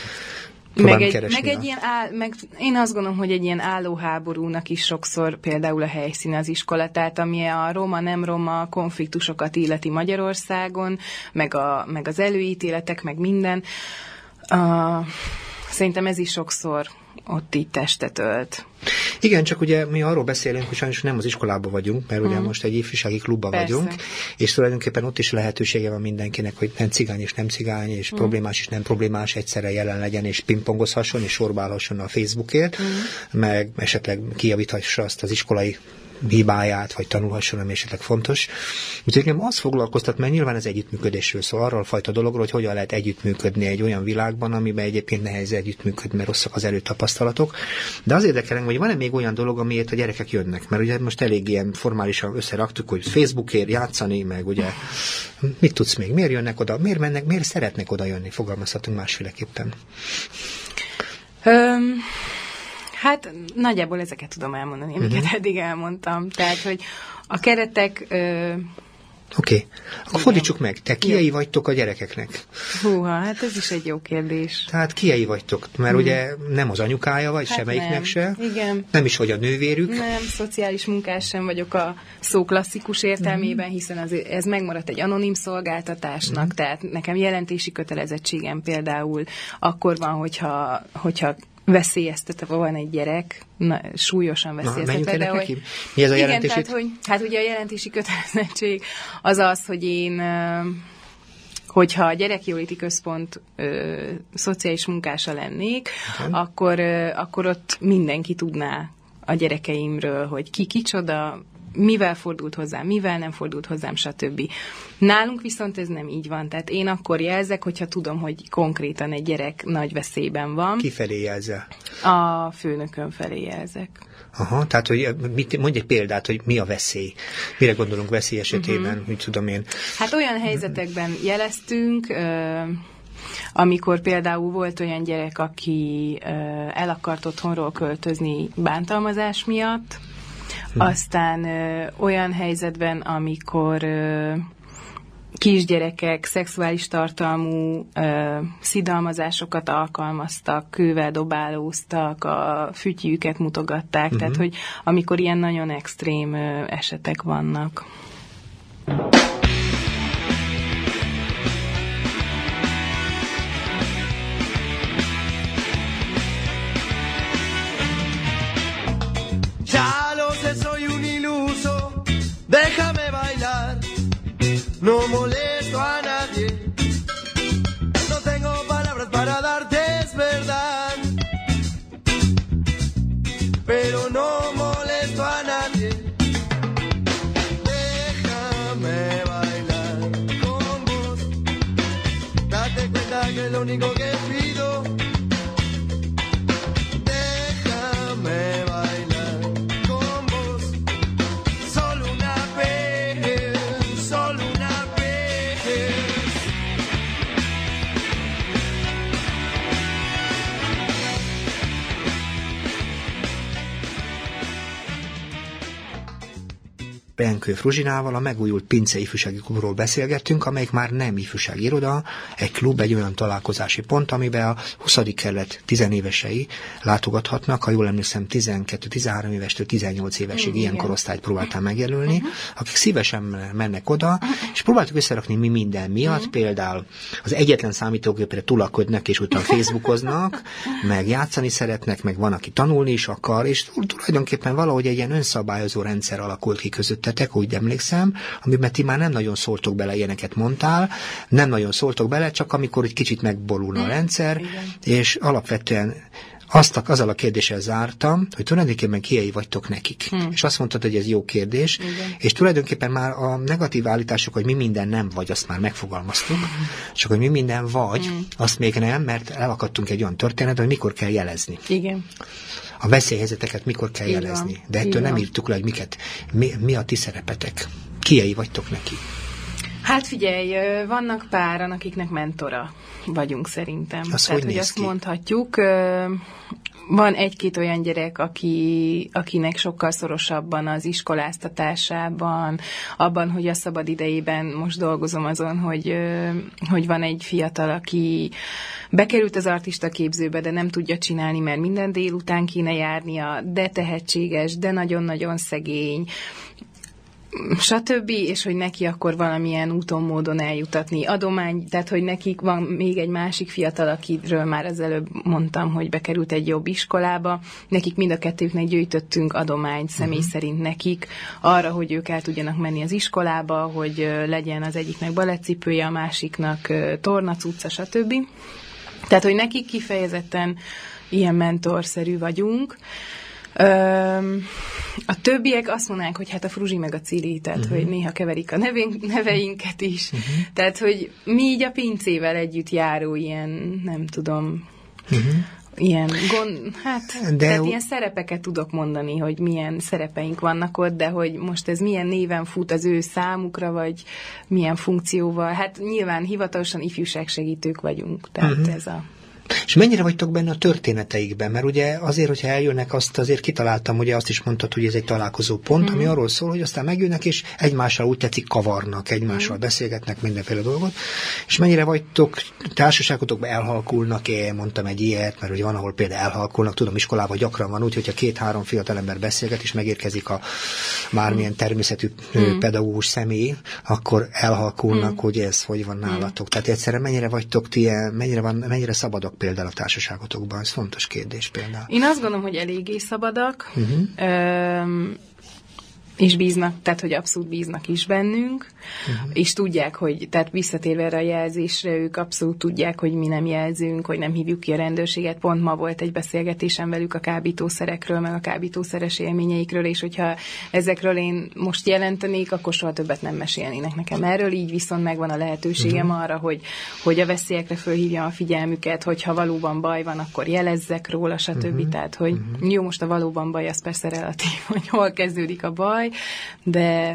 Meg egy, meg egy ilyen áll, meg én azt gondolom, hogy egy ilyen állóháborúnak is sokszor például a helyszíne az iskola, tehát ami a roma-nem roma konfliktusokat illeti Magyarországon, meg, a, meg az előítéletek, meg minden. Uh, szerintem ez is sokszor ott így testet ölt. Igen, csak ugye mi arról beszélünk, hogy sajnos nem az iskolában vagyunk, mert ugye mm. most egy ifjúsági klubban Persze. vagyunk, és tulajdonképpen ott is lehetősége van mindenkinek, hogy nem cigány és nem cigány, és mm. problémás és nem problémás egyszerre jelen legyen, és pingpongozhasson, és sorbálhasson a Facebookért, mm. meg esetleg kijavíthassa azt az iskolai hibáját, vagy tanulhasson, ami esetleg fontos. Úgyhogy engem az foglalkoztat, mert nyilván ez együttműködésről szól, arról a fajta dologról, hogy hogyan lehet együttműködni egy olyan világban, amiben egyébként nehéz együttműködni, mert rosszak az előtapasztalatok. De az érdekel, hogy van-e még olyan dolog, amiért a gyerekek jönnek? Mert ugye most elég ilyen formálisan összeraktuk, hogy Facebookért játszani, meg ugye mit tudsz még? Miért jönnek oda? Miért mennek? Miért szeretnek oda jönni? Fogalmazhatunk másféleképpen. Um... Hát nagyjából ezeket tudom elmondani, amiket uh-huh. eddig elmondtam. Tehát, hogy a keretek... Ö... Oké, okay. Akkor fordítsuk meg. Te kiei jó. vagytok a gyerekeknek? Húha, hát ez is egy jó kérdés. Tehát kiei vagytok? Mert hmm. ugye nem az anyukája vagy, hát semmelyiknek nem. se. Igen. Nem is vagy a nővérük. Nem, szociális munkás sem vagyok a szó klasszikus értelmében, hmm. hiszen az, ez megmaradt egy anonim szolgáltatásnak, hmm. tehát nekem jelentési kötelezettségem például akkor van, hogyha, hogyha veszélyeztetve van egy gyerek, na, súlyosan veszélyeztetve. De hogy, mi ez a jelentési? Igen, tehát, hogy, hát ugye a jelentési kötelezettség az az, hogy én, hogyha a gyerekjóléti központ ö, szociális munkása lennék, okay. akkor, ö, akkor ott mindenki tudná a gyerekeimről, hogy ki kicsoda, mivel fordult hozzám, mivel nem fordult hozzám, stb. Nálunk viszont ez nem így van. Tehát én akkor jelzek, hogyha tudom, hogy konkrétan egy gyerek nagy veszélyben van. Ki felé jelzel? A főnökön felé jelzek. Aha, tehát hogy mit, mondj egy példát, hogy mi a veszély. Mire gondolunk veszély esetében, uh-huh. úgy tudom én. Hát olyan helyzetekben jeleztünk, ö, amikor például volt olyan gyerek, aki ö, el akart otthonról költözni bántalmazás miatt, Hmm. Aztán ö, olyan helyzetben, amikor ö, kisgyerekek szexuális tartalmú ö, szidalmazásokat alkalmaztak, kővel dobálóztak, a fütyjüket mutogatták, hmm. tehát hogy amikor ilyen nagyon extrém ö, esetek vannak. Soy un iluso, déjame bailar, no molesto a nadie, no tengo palabras para darte, es verdad, pero no molesto a nadie, déjame bailar con vos, date cuenta que lo único que pido, déjame bailar. Benkő Fruzsinával a megújult Pince ifjúsági klubról beszélgettünk, amelyik már nem ifjúsági iroda, egy klub, egy olyan találkozási pont, amiben a huszadik kerület tizenévesei látogathatnak, ha jól emlékszem tizenkettő-tizenhárom évestől tizennyolc évesig ilyen korosztályt próbáltam megjelölni, uh-huh. akik szívesen mennek oda, és próbáltuk összerakni mi minden miatt, uh-huh. például az egyetlen számítógépre tulakodnak, és utána Facebookoznak, meg játszani szeretnek, meg van, aki tanulni is akar, és tulajdonképpen valahogy egy ilyen önszabályozó rendszer alakult ki között. Úgy emlékszem, amiben ti már nem nagyon szóltok bele, ilyeneket mondtál, nem nagyon szóltok bele, csak amikor egy kicsit megborulna a rendszer, igen. és alapvetően azt a, azzal a kérdéssel zártam, hogy tulajdonképpen kiei vagytok nekik. Hmm. És azt mondtad, hogy ez jó kérdés, igen. és tulajdonképpen már a negatív állítások, hogy mi minden nem vagy, azt már megfogalmaztuk, hmm. csak hogy mi minden vagy, hmm. azt még nem, mert elakadtunk egy olyan történetet, hogy mikor kell jelezni. Igen. A veszélyhelyzeteket mikor kell így jelezni. Van. De ettől nem írtuk le, hogy miket, mi, mi a ti szerepetek. Kiei vagytok neki? Hát figyelj, vannak páran, akiknek mentora vagyunk szerintem. Az Tehát, hogy, hogy azt ki? mondhatjuk, van egy-két olyan gyerek, aki, akinek sokkal szorosabban az iskoláztatásában, abban, hogy a szabad idejében most dolgozom azon, hogy, hogy van egy fiatal, aki bekerült az artista képzőbe, de nem tudja csinálni, mert minden délután kéne járnia, de tehetséges, de nagyon-nagyon szegény. stb., és hogy neki akkor valamilyen úton, módon eljutatni adomány, tehát hogy nekik van még egy másik fiatal, akiről már az előbb mondtam, hogy bekerült egy jobb iskolába, nekik mind a kettőknek gyűjtöttünk adományt személy uh-huh. szerint nekik, arra, hogy ők el tudjanak menni az iskolába, hogy legyen az egyiknek balettcipője, a másiknak tornacucca, stb. Tehát, hogy nekik kifejezetten ilyen mentorszerű vagyunk. Öm, a többiek azt mondanák, hogy hát a Fruzsi meg a Cili, tehát uh-huh. hogy néha keverik a nevén, neveinket is. Uh-huh. Tehát, hogy mi így a pincével együtt járó ilyen, nem tudom, uh-huh. ilyen gond, hát, de tehát ilyen szerepeket tudok mondani, hogy milyen szerepeink vannak ott, de hogy most ez milyen néven fut az ő számukra, vagy milyen funkcióval. Hát nyilván hivatalosan ifjúságsegítők vagyunk, tehát uh-huh. ez a... És mennyire vagytok benne a történeteikben? Mert ugye azért, hogyha eljönnek, azt azért kitaláltam, ugye azt is mondtad, hogy ez egy találkozó pont, mm. ami arról szól, hogy aztán megjönnek, és egymással úgy tetszik kavarnak, egymással mm. beszélgetnek mindenféle dolgot. És mennyire vagytok, társaságotokban elhalkulnak-e, mondtam egy ilyet, mert ugye van, ahol például elhalkulnak, tudom, iskolában gyakran van úgy, hogyha két-három fiatal ember beszélget, és megérkezik a bármilyen természetű mm. pedagógus személy, akkor elhalkulnak, mm. hogy ez hogy van nálatok. Tehát egyszerűen mennyire vagytok ti, mennyire, van, mennyire szabadok például a társaságotokban? Ez fontos kérdés például. Én azt gondolom, hogy eléggé szabadak, uh-huh. Öm, és bíznak, tehát, hogy abszolút bíznak is bennünk, uh-huh. és tudják, hogy, tehát visszatérve erre a jelzésre, ők abszolút tudják, hogy mi nem jelzünk, hogy nem hívjuk ki a rendőrséget. Pont ma volt egy beszélgetésem velük a kábítószerekről, meg a kábítószeres élményeikről, és hogyha ezekről én most jelentenék, akkor soha többet nem mesélnének nekem erről, így viszont megvan a lehetőségem uh-huh. arra, hogy, hogy a veszélyekre fölhívjam a figyelmüket, hogyha valóban baj van, akkor jelezzek róla, stb. Uh-huh. Tehát, hogy uh-huh. jó, most a valóban baj, az persze relatív, hogy hol kezdődik a baj, de...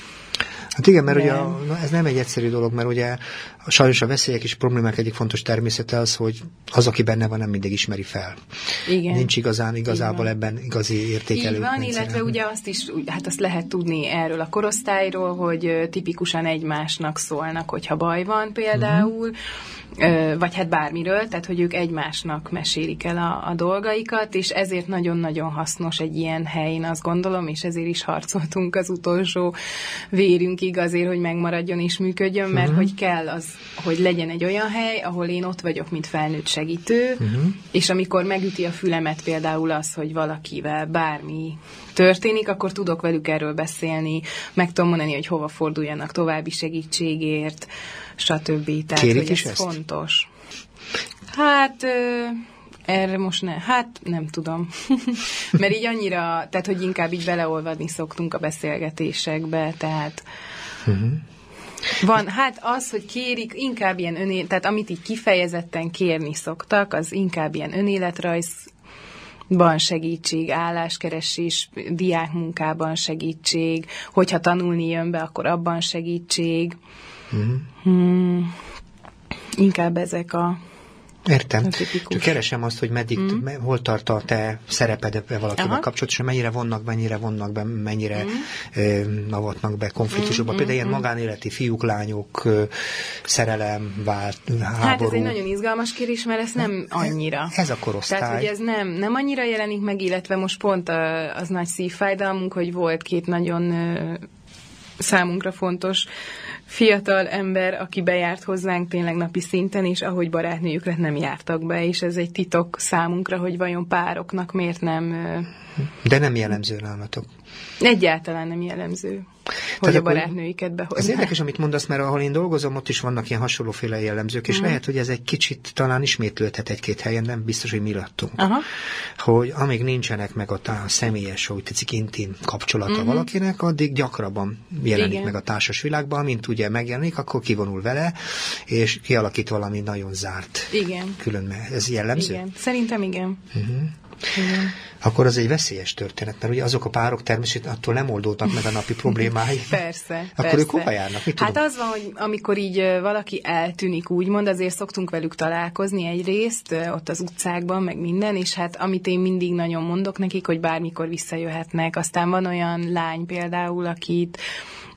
Hát igen, mert de... ugye a, na, ez nem egy egyszerű dolog, mert ugye sajnos a veszélyek és problémák egyik fontos természete az, hogy az, aki benne van, nem mindig ismeri fel. Igen. Nincs igazán, igazából ebben igazi értékelő. Így van, rendszeren. Illetve ugye azt is, hát azt lehet tudni erről a korosztályról, hogy tipikusan egymásnak szólnak, hogyha baj van például, uh-huh. vagy hát bármiről, tehát hogy ők egymásnak mesélik el a, a dolgaikat, és ezért nagyon-nagyon hasznos egy ilyen hely, én azt gondolom, és ezért is harcoltunk az utolsó vérünkig azért, hogy megmaradjon és működjön, mert uh-huh. hogy kell az, hogy legyen egy olyan hely, ahol én ott vagyok, mint felnőtt segítő, uh-huh. és amikor megüti a fülemet például az, hogy valakivel bármi történik, akkor tudok velük erről beszélni, meg tudom mondani, hogy hova forduljanak további segítségért, stb. Tehát, kérik hogy ez ezt? Fontos. Hát... Ö- Erre most ne, hát nem tudom. Mert így annyira, tehát hogy inkább így beleolvadni szoktunk a beszélgetésekbe, tehát uh-huh. van, hát az, hogy kérik, inkább ilyen öné, tehát amit így kifejezetten kérni szoktak, az inkább ilyen önéletrajzban segítség, álláskeresés, diákmunkában segítség, hogyha tanulni jön be, akkor abban segítség. Uh-huh. Hmm, inkább ezek a Értem. Csak keresem azt, hogy meddig, mm. hol tart a te szereped valakivel kapcsolatban, és mennyire vonnak, mennyire vonnak be, mennyire mm. avatnak be konfliktusokba. Mm. Például ilyen magánéleti fiúk, lányok, szerelem, vált, háború. Hát ez egy nagyon izgalmas kérdés, mert ez nem annyira. Ez a korosztály. Tehát, hogy ez nem, nem annyira jelenik meg, illetve most pont az nagy szívfájdalmunk, hogy volt két nagyon számunkra fontos fiatal ember, aki bejárt hozzánk tényleg napi szinten, és ahogy barátnőjük lett, nem jártak be, és ez egy titok számunkra, hogy vajon pároknak miért nem... De nem jellemző nálatok. Egyáltalán nem jellemző, hogy tehát a barátnőiket behoznák. Ez érdekes, amit mondasz, mert ahol én dolgozom, ott is vannak ilyen hasonlóféle jellemzők, és mm. lehet, hogy ez egy kicsit talán ismétlődhet egy-két helyen, nem biztos, hogy mi lattunk. Aha. Hogy amíg nincsenek meg a, tá- a személyes, ahogy tetszik, intim kapcsolata mm-hmm. valakinek, addig gyakrabban jelenik igen. meg a társas világban, mint ugye megjelenik, akkor kivonul vele, és kialakít valami nagyon zárt. Igen. Külön, ez jellemző? Igen. Szerintem igen. Uh-huh. Igen. Akkor az egy veszélyes történet, mert ugye azok a párok természetesen attól nem oldódnak meg a napi problémái. Persze. Akkor persze. ők hova járnak? Mit hát tudom? az van, hogy amikor így valaki eltűnik, úgymond, azért szoktunk velük találkozni egyrészt, ott az utcákban, meg minden, és hát amit én mindig nagyon mondok nekik, hogy bármikor visszajöhetnek. Aztán van olyan lány például, akit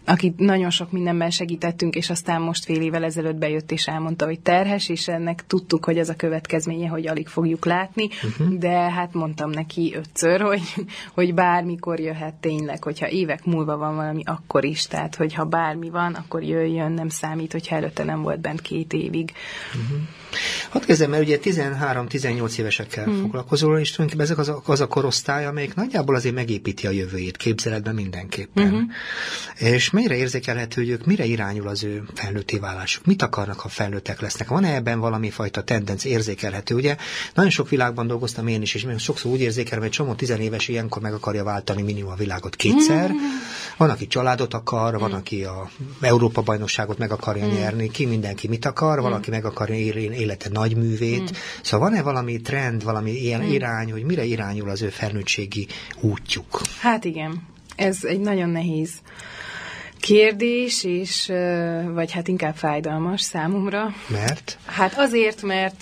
akit nagyon sok mindenben segítettünk, és aztán most fél évvel ezelőtt bejött és elmondta, hogy terhes, és ennek tudtuk, hogy az a következménye, hogy alig fogjuk látni, uh-huh. de hát mondtam neki ötször, hogy, hogy bármikor jöhet tényleg, hogyha évek múlva van valami, akkor is, tehát hogyha bármi van, akkor jöjjön, nem számít, hogyha előtte nem volt bent két évig. Uh-huh. Hadd kezdem, mert ugye tizenhárom-tizennyolc évesekkel hmm. foglalkozol, és tulajdonképpen ezek az a, az a korosztály, amelyik nagyjából azért megépíti a jövőjét, képzeletben mindenképpen. Uh-huh. És mennyire érzékelhető, hogy ők mire irányul az ő felnőtté válásuk? Mit akarnak, ha felnőttek lesznek? Van-e ebben valami fajta tendenc érzékelhető? Ugye nagyon sok világban dolgoztam én is, és sokszor úgy érzékelem, hogy egy csomó tizenéves ilyenkor meg akarja váltani minimum a világot kétszer. Hmm. Van, aki családot akar, van, aki a Európa-bajnokságot meg akarja hmm. nyerni, ki mindenki mit akar, hmm. valaki meg akarja élni élete nagy művét. Mm. Szóval van-e valami trend, valami ilyen mm. irány, hogy mire irányul az ő felnőttségi útjuk? Hát igen, ez egy nagyon nehéz kérdés, és vagy hát inkább fájdalmas számomra. Mert? Hát azért, mert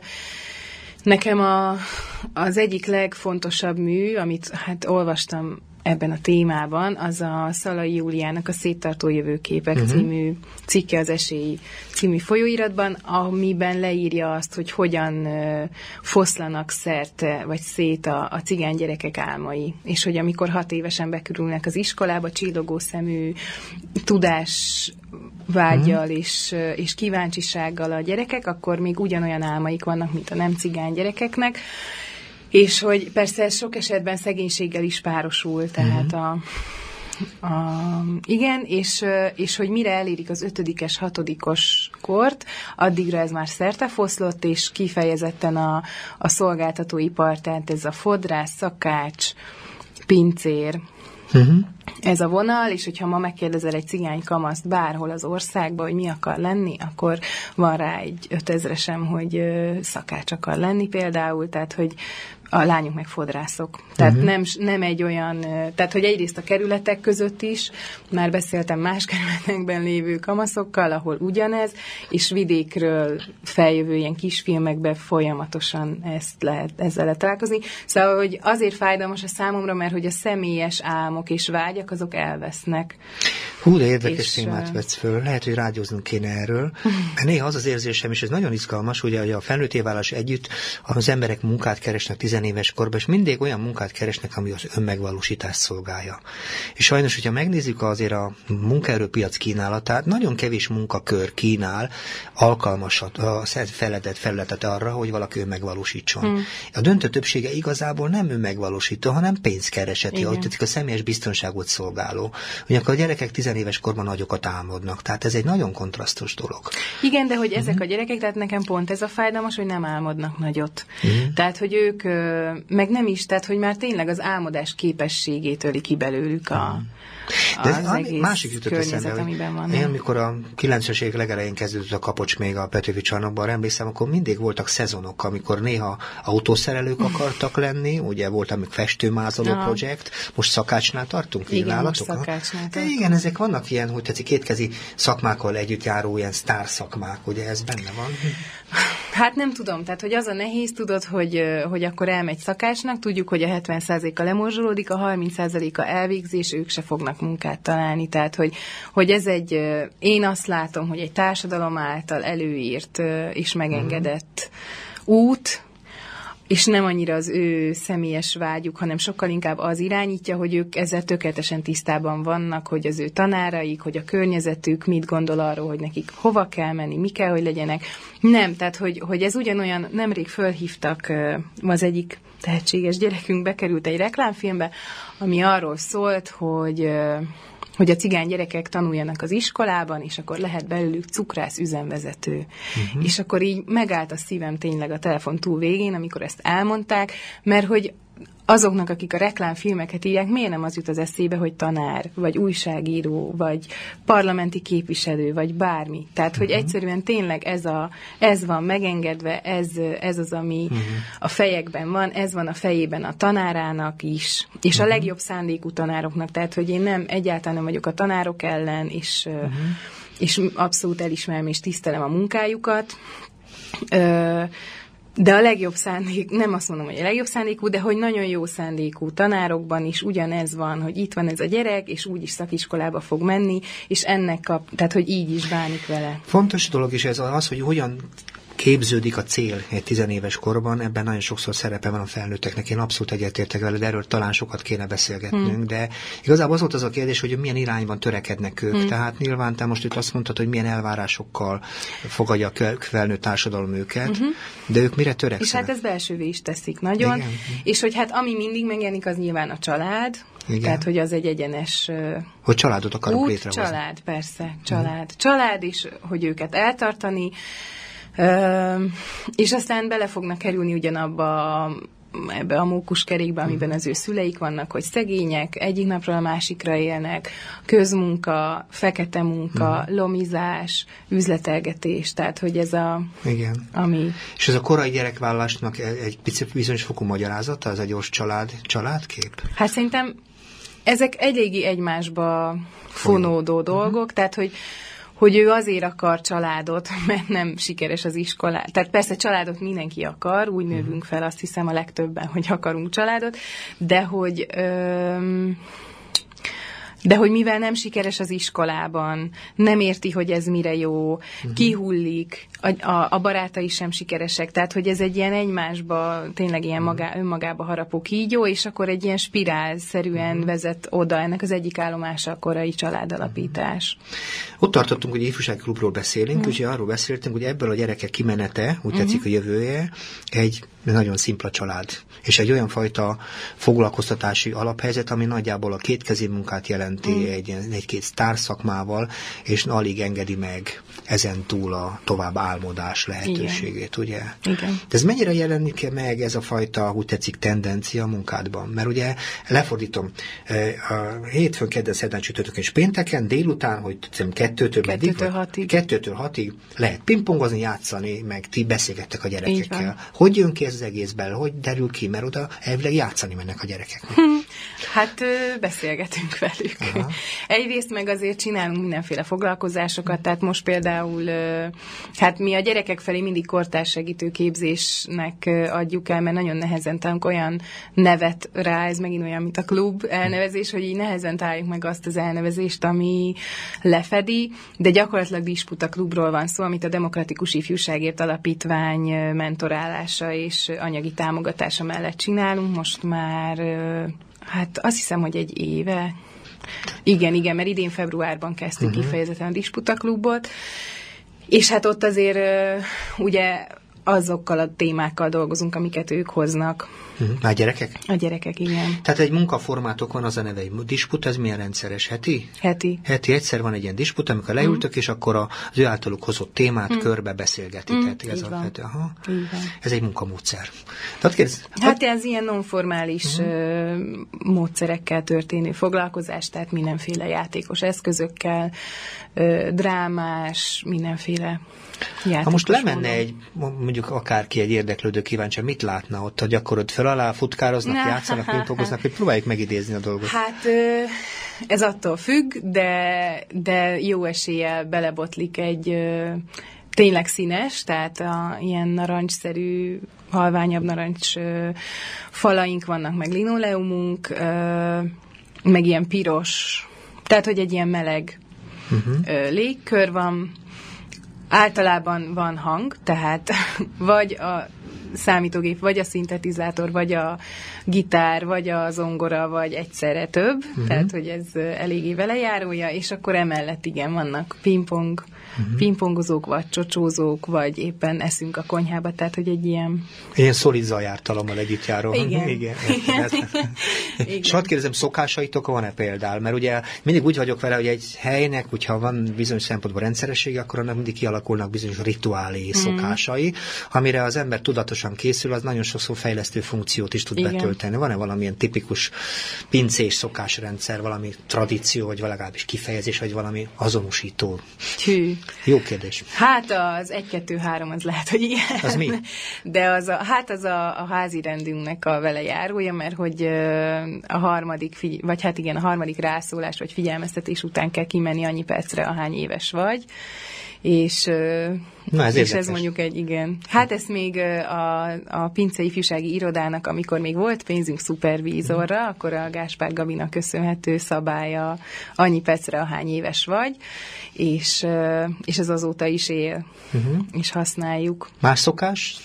nekem a, az egyik legfontosabb mű, amit hát olvastam ebben a témában, az a Szalai Júliának a Széttartó jövőképek uh-huh. című cikke az Esély című folyóiratban, amiben leírja azt, hogy hogyan uh, foszlanak szerte, vagy szét a, a cigány gyerekek álmai. És hogy amikor hat évesen bekerülnek az iskolába, csillogó szemű tudás vággyal uh-huh. és, és kíváncsisággal a gyerekek, akkor még ugyanolyan álmaik vannak, mint a nem cigány gyerekeknek. És hogy persze ez sok esetben szegénységgel is párosul, tehát uh-huh. a, a, igen, és, és hogy mire elérik az ötödikes, hatodikos kort, addigra ez már szertefoszlott, és kifejezetten a, a szolgáltatóipar, tehát ez a fodrász, szakács, pincér, uh-huh. ez a vonal, és hogyha ma megkérdezel egy cigány kamaszt bárhol az országban, hogy mi akar lenni, akkor van rá egy ötezresem, hogy szakács akar lenni például, tehát hogy a lányok meg fodrászok. Tehát uh-huh. nem, nem egy olyan, tehát hogy egyrészt a kerületek között is, már beszéltem más kerületekben lévő kamaszokkal, ahol ugyanez, és vidékről feljövő ilyen kisfilmekben folyamatosan ezt lehet, ezzel lehet találkozni. Szóval, hogy azért fájdalmas a számomra, mert hogy a személyes álmok és vágyak, azok elvesznek. Hú, de érdekes témát vetsz föl. Lehet, hogy rádióznunk kéne erről. Mert néha az az érzésem, és ez nagyon izgalmas, ugye, hogy a felnőtté válás együtt az emberek munkát keresnek tizenéves korban, és mindig olyan munkát keresnek, ami az önmegvalósítást szolgálja. És sajnos, hogyha megnézzük azért a munkaerőpiac kínálatát, nagyon kevés munkakör kínál alkalmasat, a feledett felületet arra, hogy valaki önmegvalósítson. Hmm. A döntő többsége igazából nem önmegvalósító, hanem pénzkereseti, ahogy a személyes biztonságot szolgáló. Ugyanakkor a gyerekek tizenéves korban nagyokat álmodnak. Tehát ez egy nagyon kontrasztos dolog. Igen, de hogy uh-huh. ezek a gyerekek, tehát nekem pont ez a fájdalmas, hogy nem álmodnak nagyot. Uh-huh. Tehát, hogy ők, meg nem is, tehát, hogy már tényleg az álmodás képességét öli ki belőlük a, uh-huh. De az egész másik jutott eszembe, hogy én, amikor a kilencvenes évek legelején kezdődött a kapocs még a Petőfi csarnokban, emlékszem, akkor mindig voltak szezonok, amikor néha autószerelők akartak lenni, ugye volt amik festőmázoló ah. projekt, most szakácsnál tartunk? Igen, most szakácsnál tartunk. Igen, ezek vannak ilyen, hogy tetszik, kétkezi szakmákkal együtt járó ilyen sztár szakmák, ugye ez benne van? Hát nem tudom, tehát hogy az a nehéz, tudod, hogy, hogy akkor elmegy szakácsnak, tudjuk, hogy a hetven százaléka lemorzsolódik, a harminc százaléka elvégzés, ők se fognak munkát találni, tehát hogy, hogy ez egy, én azt látom, hogy egy társadalom által előírt és megengedett uh-huh. út, és nem annyira az ő személyes vágyuk, hanem sokkal inkább az irányítja, hogy ők ezzel tökéletesen tisztában vannak, hogy az ő tanáraik, hogy a környezetük mit gondol arról, hogy nekik hova kell menni, mi kell, hogy legyenek. Nem, tehát hogy, hogy ez ugyanolyan, nemrég fölhívtak, az egyik tehetséges gyerekünk bekerült egy reklámfilmbe, ami arról szólt, hogy hogy a cigány gyerekek tanuljanak az iskolában, és akkor lehet belőlük cukrász üzemvezető. Uh-huh. És akkor így megállt a szívem tényleg a telefon túl végén, amikor ezt elmondták, mert hogy azoknak, akik a reklámfilmeket írják, miért nem az jut az eszébe, hogy tanár, vagy újságíró, vagy parlamenti képviselő, vagy bármi. Tehát, hogy uh-huh. egyszerűen tényleg ez, a, ez van megengedve, ez, ez az, ami uh-huh. a fejekben van, ez van a fejében a tanárának is, és uh-huh. a legjobb szándékú tanároknak. Tehát, hogy én nem, egyáltalán nem vagyok a tanárok ellen, és, uh-huh. és abszolút elismerem és tisztelem a munkájukat. Ö, De a legjobb szándék, nem azt mondom, hogy a legjobb szándékú, de hogy nagyon jó szándékú tanárokban is ugyanez van, hogy itt van ez a gyerek, és úgyis szakiskolába fog menni, és ennek kap, tehát hogy így is bánik vele. Fontos dolog is ez az, hogy hogyan képződik a cél egy tizenéves korban, ebben nagyon sokszor szerepe van a felnőtteknek, én abszolút egyetértek vele, de erről talán sokat kéne beszélgetnünk, hmm. de igazából az volt az a kérdés, hogy milyen irányban törekednek ők, hmm. tehát nyilván te most itt azt mondtad, hogy milyen elvárásokkal fogadja a felnőtt társadalom őket, uh-huh. de ők mire törekszenek? És hát ez belsővé is teszik nagyon, igen. És hogy hát ami mindig megjelenik, az nyilván a család, igen. Tehát, hogy az egy egyenes hogy családot akarok út, létrehozni. Család, persze, család. Hmm. Család is, hogy őket eltartani, Uh, és aztán bele fognak kerülni ugyanabba a, ebbe a mókuskerékbe, amiben az ő szüleik vannak, hogy szegények, egyik napról a másikra élnek, közmunka, fekete munka, uh-huh. lomizás, üzletelgetés, tehát hogy ez a... Igen. Ami... És ez a korai gyerekvállalásnak egy picit bizonyos fokú magyarázata, ez a gyors család, családkép? Hát szerintem ezek eléggé egymásba fonódó uh-huh. dolgok, tehát hogy hogy ő azért akar családot, mert nem sikeres az iskolá. Tehát persze családot mindenki akar, úgy nővünk fel, azt hiszem a legtöbben, hogy akarunk családot, de hogy... Öm, de hogy mivel nem sikeres az iskolában, nem érti, hogy ez mire jó, uh-huh. kihullik, a, a, a barátai sem sikeresek, tehát hogy ez egy ilyen egymásba, tényleg ilyen magá, önmagába harapó kígyó, és akkor egy ilyen spirálszerűen uh-huh. vezet oda, ennek az egyik állomása a korai családalapítás. Ott tartottunk, hogy ifjúsági klubról beszélünk, uh-huh. ugye arról beszéltünk, hogy ebből a gyerekek kimenete, úgy uh-huh. tetszik a jövője, egy nagyon szimpla család, és egy olyan fajta foglalkoztatási alaphelyzet, ami nagyjából a kétkezi munkát jelenti mm. egy, egy-két sztárszakmával, és alig engedi meg ezen túl a tovább álmodás lehetőségét, ugye? Igen. De ez mennyire jelenik meg ez a fajta, úgy tetszik, tendencia a munkádban? Mert ugye lefordítom, a hétfőn, kedden, szerdán, csütörtökön és pénteken délután, hogy tudom, kettőtől, kettőtől hatig. kettőtől hatig lehet pingpongozni, játszani, meg ti beszélgettek a gyerekekkel. Hogy jön ki ez az egészben? Hogy derül ki? Mert oda elvileg játszani mennek a gyerekek. Hát beszélgetünk velük. Aha. Egyrészt meg azért csinálunk mindenféle foglalkozásokat, tehát most például, hát mi a gyerekek felé mindig kortárssegítő képzésnek adjuk el, mert nagyon nehezen találunk olyan nevet rá, ez megint olyan, mint a klub elnevezés, hogy így nehezen találjuk meg azt az elnevezést, ami lefedi, de gyakorlatilag disputa klubról van szó, amit a Demokratikus Ifjúságért Alapítvány mentorálása és anyagi támogatása mellett csinálunk. Most már, hát azt hiszem, hogy egy éve. Igen, igen, mert idén februárban kezdtük uh-huh. kifejezetten a Disputa Klubot, és hát ott azért ugye azokkal a témákkal dolgozunk, amiket ők hoznak. Uh-huh. A gyerekek? A gyerekek, igen. Tehát egy munkaformátok van, az a neve, egy disput, ez milyen rendszeres? Heti? Heti. Heti egyszer van egy ilyen disput, amikor leültök, uh-huh. és akkor az ő általuk hozott témát uh-huh. körbe beszélgetitek. Uh-huh. Ez, a, hát, aha. ez egy munkamódszer. Tehát kérdez, hát hogy... ez ilyen nonformális uh-huh. módszerekkel történő foglalkozás, tehát mindenféle játékos eszközökkel, drámás, mindenféle játékos. Ha most lemenne módon. egy, mondjuk akárki egy érdeklődő kíváncsi, mit látna ott, a gyakorod fel alá, futkároznak, játszanak, pingpongoznak, hogy próbáljuk megidézni a dolgot. Hát ez attól függ, de, de jó eséllyel belebotlik egy tényleg színes, tehát a, ilyen narancsszerű, halványabb narancs falaink vannak, meg linoleumunk, meg ilyen piros, tehát hogy egy ilyen meleg uh-huh. légkör van. Általában van hang, tehát vagy a számítógép, vagy a szintetizátor, vagy a gitár, vagy a zongora, vagy egyszerre több, uh-huh. tehát hogy ez eléggé velejárója, és akkor emellett igen, vannak pingpong, uh-huh. pingpongozók, vagy csocsózók, vagy éppen eszünk a konyhába, tehát hogy egy ilyen... Ilyen szolid zajártalommal együtt járó. Igen. Igen. Igen. És hadd kérdezem, szokásaitok van-e például? Mert ugye mindig úgy vagyok vele, hogy egy helynek, hogyha van bizonyos szempontból rendszeressége, akkor annak mindig kialakulnak bizonyos rituálé szokásai, mm. amire az ember tudatosan készül, az nagyon sokszor fejlesztő funkciót is tud igen. betölteni. Van-e valamilyen tipikus pincés szokásrendszer, valami tradíció, vagy legalábbis kifejezés, vagy valami azonosító? Hű. Jó kérdés. Hát az egy kettő három az lehet, hogy ilyen. Az mi? De az a, hát az a, a házi rendünknek a velejárója, mert hogy a harmadik, figy- vagy hát igen, a harmadik rászólás, vagy figyelmeztetés után kell kimenni annyi percre, ahány éves vagy. és, Na, ez és ez mondjuk egy, igen. Hát ezt még a, a Pince ifjúsági irodának, amikor még volt pénzünk szupervízorra, uh-huh. akkor a Gáspár Gabinak köszönhető szabálya annyi percre, ahány éves vagy, és, és ez azóta is él, uh-huh. és használjuk. Más szokás?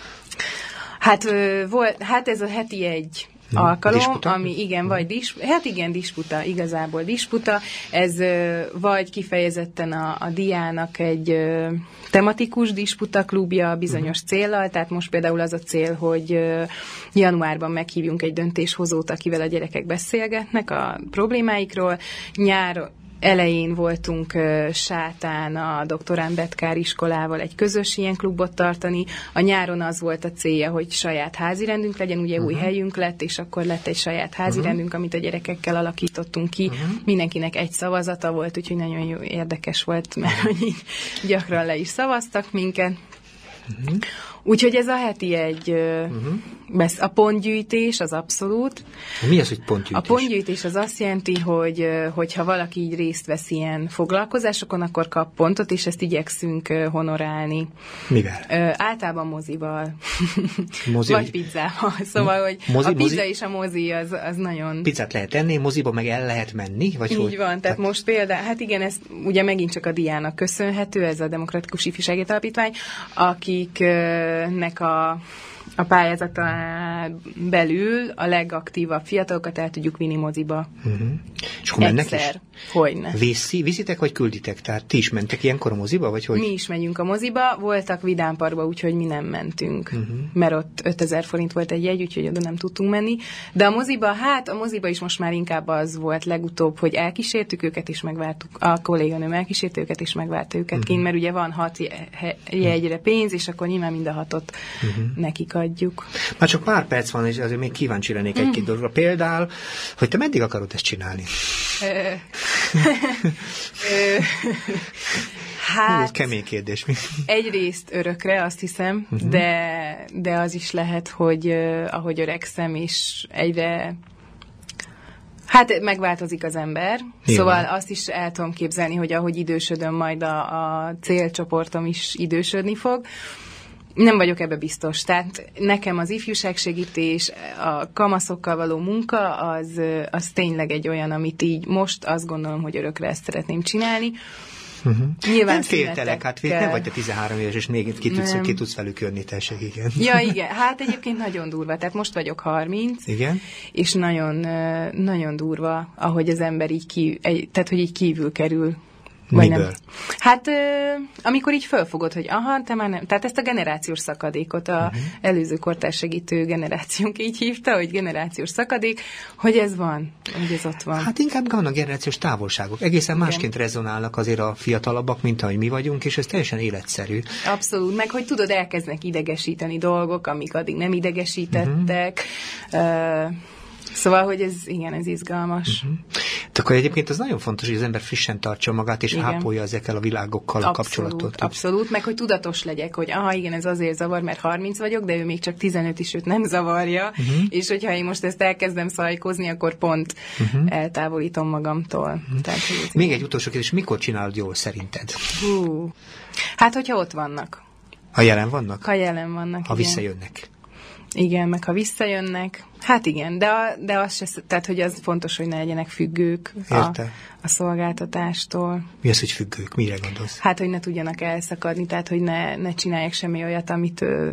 Hát, volt, hát ez a heti egy Hmm. alkalom, Disputa? ami igen, hmm. vagy dis, hát igen, disputa, igazából disputa, ez ö, vagy kifejezetten a, a diának egy ö, tematikus disputa klubja bizonyos hmm. céllal, tehát most például az a cél, hogy ö, januárban meghívjunk egy döntéshozót, akivel a gyerekek beszélgetnek a problémáikról, nyár elején voltunk uh, Sátán a doktorán Betkár iskolával egy közös ilyen klubot tartani. A nyáron az volt a célja, hogy saját házirendünk legyen, ugye uh-huh. új helyünk lett, és akkor lett egy saját házirendünk, uh-huh. amit a gyerekekkel alakítottunk ki. Uh-huh. Mindenkinek egy szavazata volt, úgyhogy nagyon jó, érdekes volt, mert hogy így gyakran le is szavaztak minket. Uh-huh. Úgyhogy ez a heti egy, uh-huh. a pontgyűjtés az abszolút. Mi az, hogy pontgyűjtés? A pontgyűjtés az azt jelenti, hogy hogyha valaki így részt vesz ilyen foglalkozásokon, akkor kap pontot, és ezt igyekszünk honorálni. Mivel? Ö, általában mozival. Mozi, vagy pizzával. Szóval, hogy mozi, a pizza mozi? és a mozi az, az nagyon... Pizzát lehet enni, moziba meg el lehet menni? Vagy így hogy? van, tehát, tehát most például, hát igen, ez ugye megint csak a diának köszönhető, ez a Demokratikus Ifjúsági Alapítvány, akik nek a, a pályázatán belül a legaktívabb fiatalokat el tudjuk vinni moziba. Uh-huh. És akkor mennek Egyszer. is? Hogyne. Viszi, viszitek, vagy külditek? Tehát ti is mentek ilyenkor a moziba, vagy hogy? Mi is megyünk a moziba, voltak Vidámparkba, úgyhogy mi nem mentünk, uh-huh. mert ott ötezer forint volt egy jegy, úgyhogy oda nem tudtunk menni. De a moziba, hát a moziba is most már inkább az volt legutóbb, hogy elkísértük őket, és megvártuk, a kolléganőm elkísérte őket, és megvárta őket uh-huh. kint, mert ugye van hat jegyre pénz, és akkor nyilván mind a hatot uh-huh. nekik adjuk. Már csak pár perc van, és azért még kíváncsi lennék egy-két uh-huh. dologra. Például, hogy te meddig akarod ezt csinálni? Hát, ez kemény kérdés. Egyrészt örökre, azt hiszem, uh-huh. de, de az is lehet, hogy uh, ahogy öregszem, és egyre hát megváltozik az ember. Nyilván. Szóval azt is el tudom képzelni, hogy ahogy idősödöm, majd a, a célcsoportom is idősödni fog. Nem vagyok ebbe biztos. Tehát nekem az ifjúságsegítés, a kamaszokkal való munka, az, az tényleg egy olyan, amit így most azt gondolom, hogy örökre ezt szeretném csinálni. Uh-huh. Nyilván nem féltelek, hát fél, nem vagy te tizenhárom éves, és még ki tudsz, ki tudsz velük jönni, tessék, igen. Ja, igen, hát egyébként nagyon durva, tehát most vagyok harminc, igen? És nagyon, nagyon durva, ahogy az ember így kívül, tehát hogy így kívül kerül. Vagy Miből? Nem. Hát amikor így fölfogod, hogy aha, te már nem. Tehát ezt a generációs szakadékot, a uh-huh. előző kortársegítő generációnk így hívta, hogy generációs szakadék, hogy ez van, hogy ez ott van. Hát inkább vannak generációs távolságok. Egészen igen. másként rezonálnak azért a fiatalabbak, mint ahogy mi vagyunk, és ez teljesen életszerű. Abszolút, meg hogy tudod, elkezdnek idegesíteni dolgok, amik addig nem idegesítettek. Uh-huh. Uh, Szóval, hogy ez, igen, ez izgalmas. Uh-huh. De akkor egyébként az nagyon fontos, hogy az ember frissen tartsa magát, és igen. ápolja ezekkel a világokkal a abszolút, kapcsolatot. Abszolút, meg hogy tudatos legyek, hogy aha, igen, ez azért zavar, mert harminc vagyok, de ő még csak tizenöt is, őt nem zavarja, uh-huh. és hogyha én most ezt elkezdem szajkozni, akkor pont uh-huh. eltávolítom magamtól. Uh-huh. Tehát, még egy utolsó kérdés, mikor csinálod jól szerinted? Hú. Hát, hogyha ott vannak. Ha jelen vannak? Ha jelen vannak, Ha igen. visszajönnek. Igen, meg ha visszajönnek, hát igen, de, a, de az se, tehát, hogy az fontos, hogy ne legyenek függők a, a szolgáltatástól. Mi az, hogy függők? Mire gondolsz? Hát, hogy ne tudjanak elszakadni, tehát, hogy ne, ne csinálják semmi olyat, amit ő,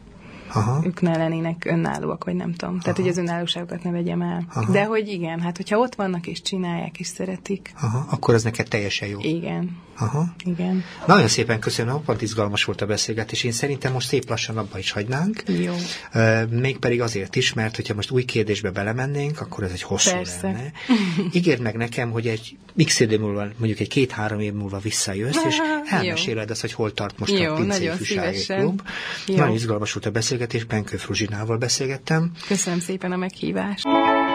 Aha. ők ne lennének önállóak, vagy nem tudom. Tehát, Aha. hogy az önállóságokat ne vegyem el. Aha. De hogy igen, hát hogyha ott vannak, és csinálják, és szeretik. Aha. Akkor ez neked teljesen jó. Igen. Aha. Igen. Nagyon szépen köszönöm, roppant izgalmas volt a beszélgetés. Én szerintem most szép lassan abba is hagynánk. Jó. Uh, mégpedig azért is, mert hogyha most új kérdésbe belemennénk, akkor ez egy hosszú Persze. lenne. Ígérd meg nekem, hogy egy x idő múlva, mondjuk egy két-három év múlva visszajössz, és elmeséled azt, hogy hol tart most jó, a Pince Ifjúsági Klub. Jó. Nagyon izgalmas volt a beszélgetés, Benkő Fruzsinával beszélgettem. Köszönöm szépen a meghívást.